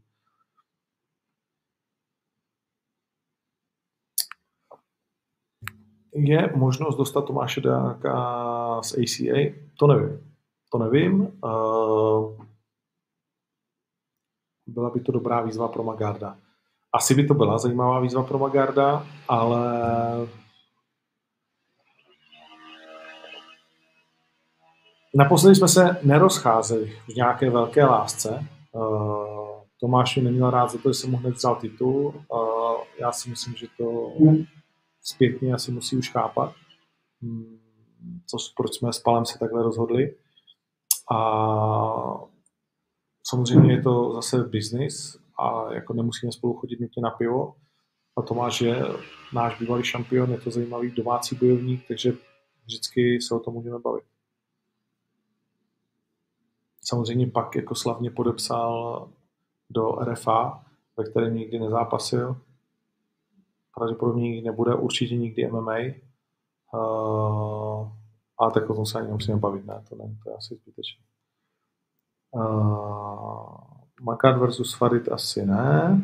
Je možnost dostat Tomáše Dejáka z ACA? To nevím. Byla by to dobrá výzva pro Magarda. Asi by to byla zajímavá výzva pro Magarda, ale naposledy jsme se nerozcházeli v nějaké velké lásce. Tomáš mě neměl rád za to, že jsem mu hned vzal titul. Já si myslím, že to zpětně asi musí už chápat, proč jsme s Palem se takhle rozhodli. A samozřejmě je to zase business a jako nemusíme spolu chodit nutně na pivo. A Tomáš je náš bývalý šampion, je to zajímavý domácí bojovník, takže vždycky se o tom můžeme bavit. Samozřejmě pak jako slavně podepsal do RFA, ve kterém nikdy nezápasil. Pravděpodobně nikdy nebude, určitě nikdy MMA. Ale tak o tom se ani nemusíme bavit, ne? To je asi zbytečné. Makard versus Farid asi ne.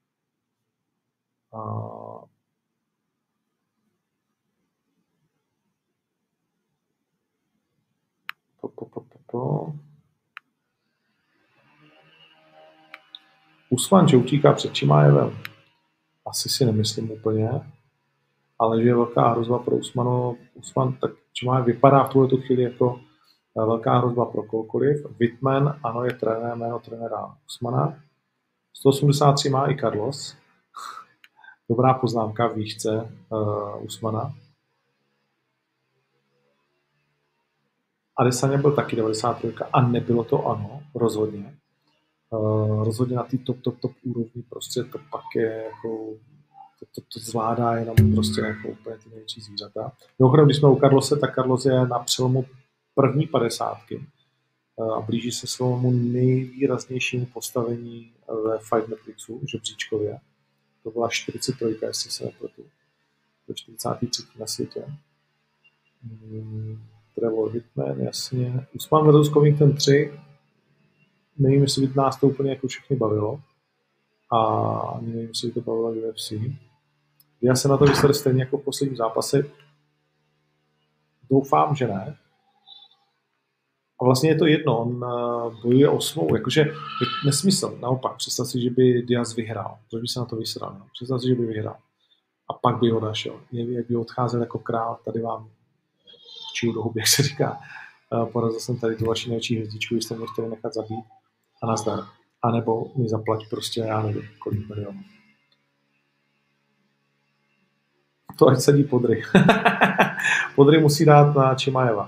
Usman, že utíká před Chimájevem. Asi si nemyslím úplně, ale že je velká hrozba pro Usman, tak Chimájev vypadá v tuhletu chvíli jako velká hrozba pro kohokoliv. Wittmann, ano, je jméno trenéra Usmana. 183 má i Carlos. Dobrá poznámka v výšce Usmana. Adesanya byl taky 93 a nebylo to ano, rozhodně. Rozhodně na té top úrovni prostě to pak je jako to zvládá jenom prostě jako úplně ty největší zvířata. Mimochodem, když jsme u Carlose, tak Carlos je na přelomu první 50 a blíží se svému nejvýraznějšímu postavení ve Fight Matrixu, žebříčkově. To byla 43, jestli se nepletu. To 43 na světě. Trevor Whitman, jasně. Usman vs. Covington 3. Nevím, jestli by nás to úplně jako všechny bavilo. A ani nevím, jestli by to bavilo v UFC. Já se na to vystavil stejně jako v posledním zápase. Doufám, že ne. A vlastně je to jedno, on bojuje o smlouvu, jakože je nesmysl, naopak, představ si, že by Diaz vyhrál, proč by se na to vysral, no? Představ si, že by vyhrál a pak by odešel, jak by odcházel jako král, tady vám čiju do huby, jak se říká, porazil jsem tady tu vaši největší hvězdičku, jste mě chtěli nechat zabít a nazdar, anebo mi zaplať prostě, já nevím, kolik milionů. To ať sedí Podry. Podry musí dát na Čimajeva.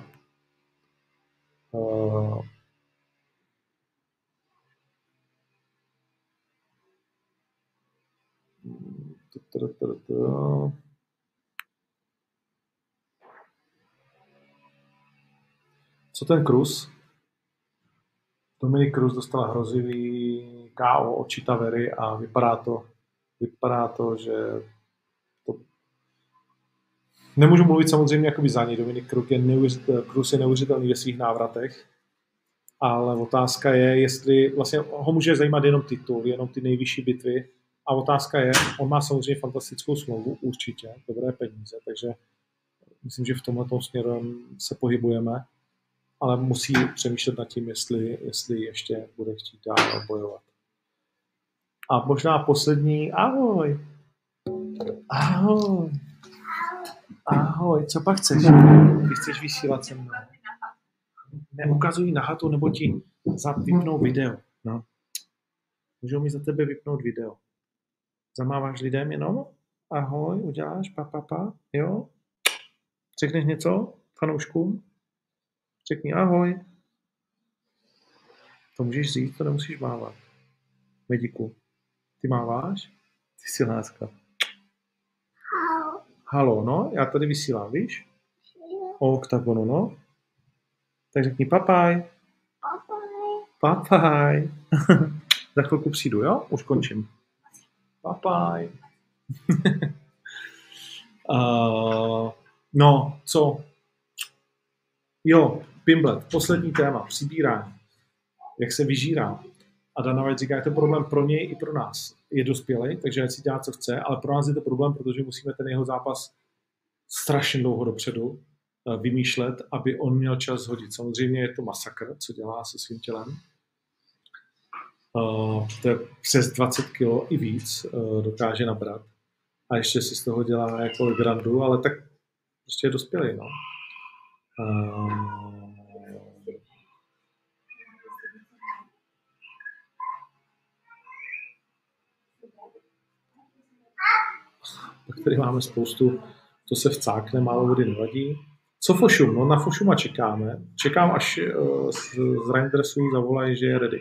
Co ten Cruz? Dominik Cruz dostal hrozivý KO od Chitavery a vypadá to, že to... Nemůžu mluvit samozřejmě jakoby za něj. Dominik Cruz je neuvěřitelný ve svých návratech, ale otázka je, jestli vlastně ho může zajímat jenom titul, jenom ty nejvyšší bitvy. A otázka je, on má samozřejmě fantastickou smlouvu, určitě, dobré peníze, takže myslím, že v tomhle směru se pohybujeme, ale musí přemýšlet nad tím, jestli ještě bude chtít dál bojovat. A možná poslední, ahoj. Ahoj. Ahoj, co pak chceš? Ty chceš vysílat se mnou? Neukazují na hatu, nebo ti vypnou video. No. Můžou mi za tebe vypnout video. Zamáváš lidem jenom? Ahoj, uděláš? Pa. Jo? Řekneš něco fanouškům? Řekni ahoj. To můžeš říct, to nemusíš mávat. Mediku. Ty máváš? Ty jsi láska. Halo, no, já tady vysílám, víš? O Oktagonu, no. Tak řekni papaj. Papaj. Za chvilku přijdu, jo? Už končím. Papaj. No, co? Jo, Pimblet, poslední téma, přibírání. Jak se vyžírá. A Dana White říká, je to problém pro něj i pro nás. Je dospělý, takže ať si dělá, co chce, ale pro nás je to problém, protože musíme ten jeho zápas strašně dlouho dopředu vymýšlet, aby on měl čas hodit. Samozřejmě je to masakr, co dělá se svým tělem. To je přes 20 kg i víc dokáže nabrat. A ještě si z toho dělá jako grandu, ale tak prostě je dospělý, no. Pak tady máme spoustu, to se vcákne, málo vody nevadí. Co Fošum? No na Fošuma čekáme. Čekám, až z Reindersu zavolají, že je ready.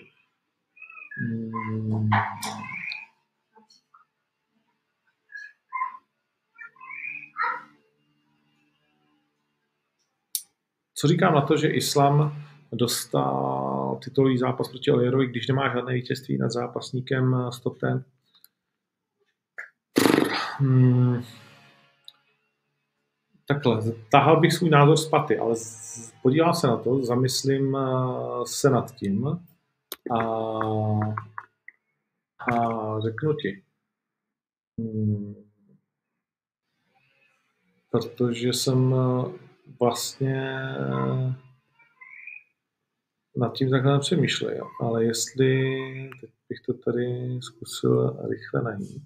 Co říkám na to, že Islam dostal titulový zápas proti Oliverovi, když nemá žádné vítězství nad zápasníkem z top 10? Takhle, tahal bych svůj názor z paty, ale podívám se na to, zamyslím se nad tím a řeknu ti. Protože jsem vlastně nad tím takhle nepřemýšlel, ale jestli, teď bych to tady zkusil rychle najít.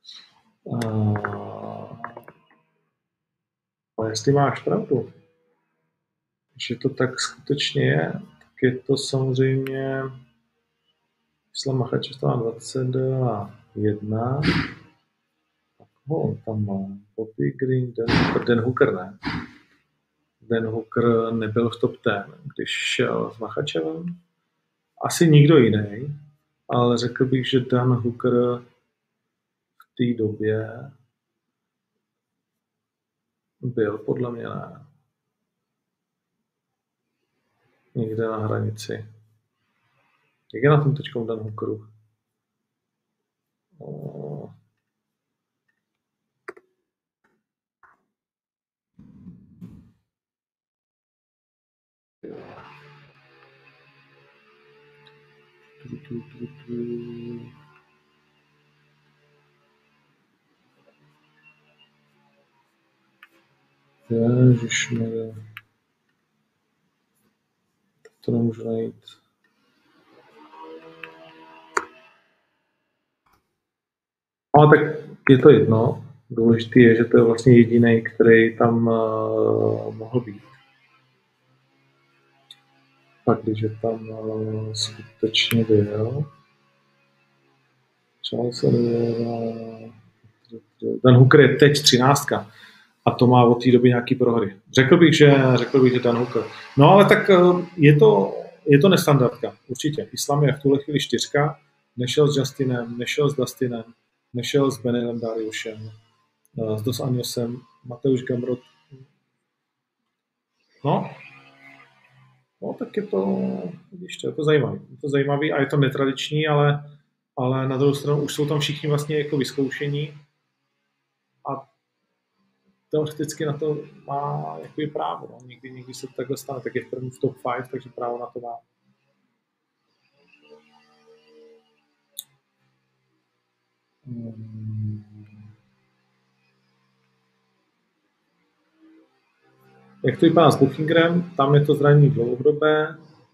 Ale jestli máš pravdu, že to tak skutečně je, tak je to samozřejmě Islam Makhachev má 21. A koho on tam má? Bobby Green, Dan Hooker, ne? Dan Hooker nebyl v top 10, když šel s Makhačevem. Asi nikdo jiný, ale řekl bych, že Dan Hooker v té době byl podle mě ne. Někde na hranici. Jak je na tom teďkom Dan Hookeru? Ježišmarja. To nemůžu najít. No tak je to jedno. Důležité je, že to je vlastně jediný, který tam mohl být. Pak, když tam skutečně byl. Dan Hooker je teď 13. A to má od té doby nějaký prohry. Řekl bych, že Dan Hooker. No ale tak je to nestandardka, určitě. Islam je v tuhle chvíli 4. Nešel s Justinem, nešel s Dustinem, nešel s Benelem Dariušem, s Dos Anjosem, Mateusz Gamrot. No, tak je to zajímavé. Je to zajímavý a je to netradiční, ale na druhou stranu už jsou tam všichni vlastně jako vyzkoušení a teoreticky na to má jako právo. No. Někdy se to takhle stane, tak je první v top 5, takže právo na to má. Jak to vypadá s Buchingerem? Tam je to zranění dlouhodobé.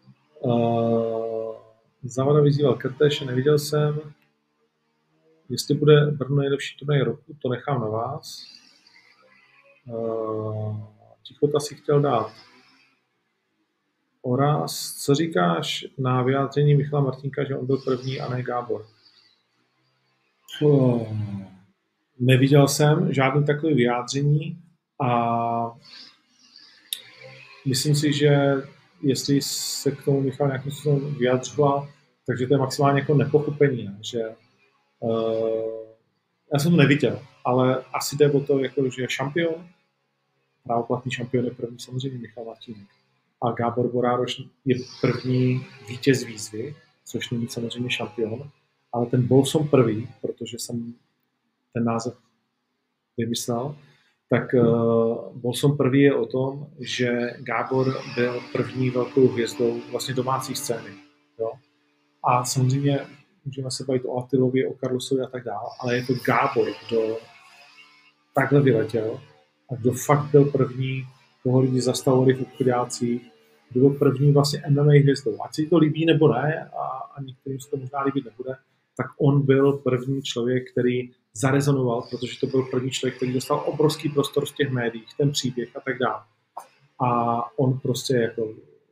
Zavada vyzýval Krteše, neviděl jsem. Jestli bude Brno nejlepší turnaj roku, to nechám na vás. Tichota si chtěl dát Oraz. Co říkáš na vyjádření Michala Martinka, že on byl první a ne Gábor? Neviděl jsem žádný takový vyjádření a myslím si, že jestli se k tomu Michal nějakým způsobem vyjadřoval, takže to je maximálně jako nepochopení, ne? Že já jsem to neviděl, ale asi jde o to, jako, že šampion, právoplatný šampion je první samozřejmě Michal Martínek. A Gábor Borároš je první vítěz výzvy, což není samozřejmě šampion, ale ten bol som prvý, protože jsem ten název vymyslel, tak bol som prvý je o tom, že Gábor byl první velkou hvězdou vlastně domácí scény. Jo? A samozřejmě můžeme se bavit o Attilovi, o Carlosovi a tak dále, ale je to Gábor, kdo takhle vyletěl a kdo fakt byl první, koho lidi zastavovali v obchodácích, kdo byl první vlastně MMA hvězdou. Ať si to líbí nebo ne, a některým se to možná líbit nebude, tak on byl první člověk, který zarezonoval, protože to byl první člověk, který dostal obrovský prostor v těch médiích, ten příběh a tak dále. A on prostě jako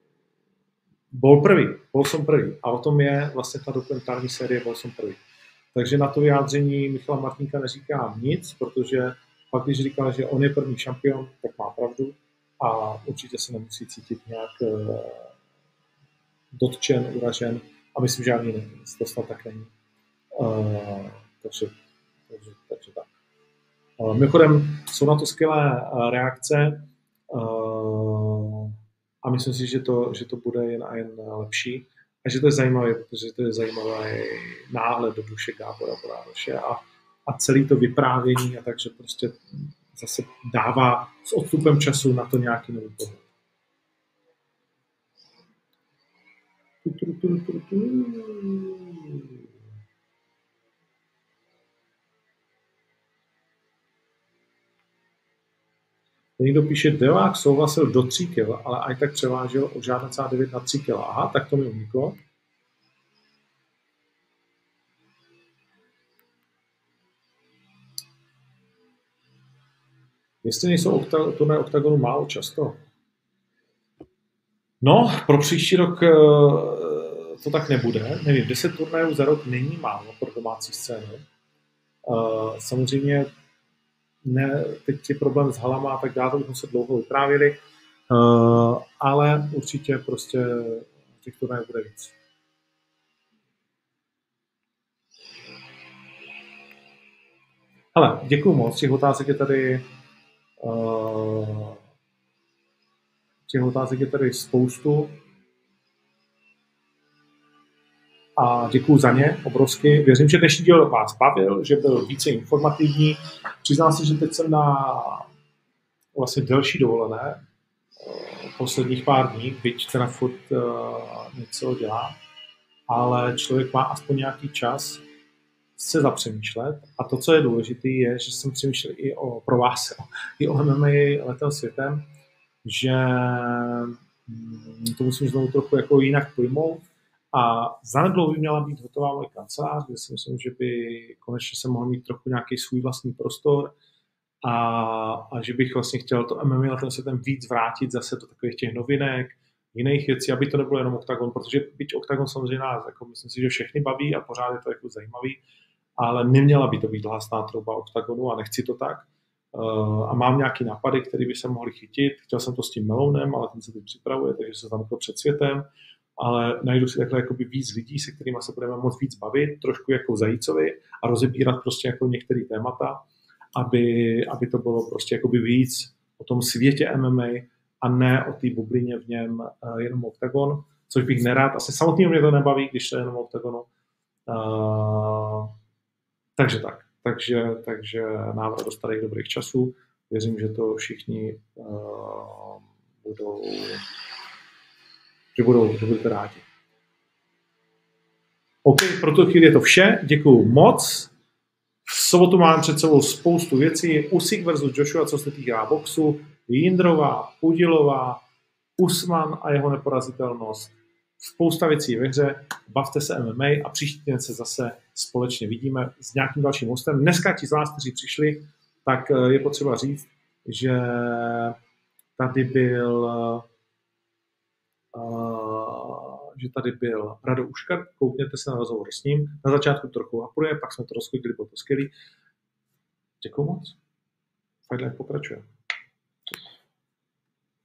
bol som prvý. A o tom je vlastně ta dokumentární série Bol som prvý. Takže na to vyjádření Michala Martinka neříkám nic, protože pak, když říkal, že on je první šampion, tak má pravdu a určitě se nemusí cítit nějak dotčen, uražen a myslím, že žádný to snad tak není. Takže tak. Mimochodem jsou na to skvělé reakce a myslím si, že to bude jen a jen lepší a že to je zajímavé, protože to je zajímavý náhled do duše Gábora Borároše a celý to vyprávění a takže prostě zase dává s odstupem času na to nějaký nový pohled. Někdo píše, Devák souhlasil do 3 kg, ale aj tak převážil o žádná 9 na 3 kg. Aha, tak to mi uniklo. Jestli nejsou turnaje OKTAGONu málo často? No, pro příští rok to tak nebude. Nevím, 10 turnajů za rok není málo pro domácí scénu. Samozřejmě teď je problém s halama a tak dále, to bychom se dlouho vyprávěli. Ale určitě prostě těch turnajů bude víc. Hele, děkuju moc, těch otázek je tady spoustu a děkuju za ně obrovsky. Věřím, že dnešní díl vás bavil, že byl více informativní. Přiznám se, že teď jsem na vlastně delší dovolené, posledních pár dní, byť teda furt něco dělá, ale člověk má aspoň nějaký čas se zapřemýšlet. A to, co je důležité, je, že jsem přemýšlel i pro vás, i o MMA letem světem, že to musím znovu trochu jako jinak pojmout. A zanedlouho by měla být hotová moje kancelář, kde si myslím, že by konečně se mohl mít trochu nějaký svůj vlastní prostor a že bych vlastně chtěl to MMA letem světem víc vrátit zase do takových těch novinek, jiných věcí, aby to nebylo jenom Oktagon, protože byť Oktagon samozřejmě nás, jako myslím si, že všechny baví a pořád je to jako zajímavý, ale neměla by to být hlasná trouba Oktagonu a nechci to tak. A mám nějaký nápady, které by se mohly chytit. Chtěl jsem to s tím Melounem, ale ten se teď připravuje, takže se tam to před světem. Ale najdu si takhle jakoby víc lidí, se kterými se budeme moc víc bavit, trošku jako zajícovi a rozebírat prostě jako některé témata, aby to bylo prostě jakoby víc o tom světě MMA a ne o té bublině v něm jenom Oktagon, což bych nerád. Asi samotný mě to nebaví, když to je jenom Oktagonu. Takže tak. Takže návrat do starých dobrých časů. Věřím, že to všichni budete rádi. OK, pro tu chvíli je to vše. Děkuju moc. V sobotu máme před sebou spoustu věcí. Usyk versus Joshua, co se týká boxu. Jindrová, Pudilová, Usman a jeho neporazitelnost. Spousta věcí ve hře. Bavte se MMA a příští týden se zase společně vidíme s nějakým dalším hostem. Dneska ti z vás, kteří přišli, tak je potřeba říct, že tady byl Rado Uškart, koukněte se na rozhovor s ním. Na začátku trochu apuruje, pak jsme to rozchodili, bylo to skvělý. Děkuju moc. Fight Life pokračuje.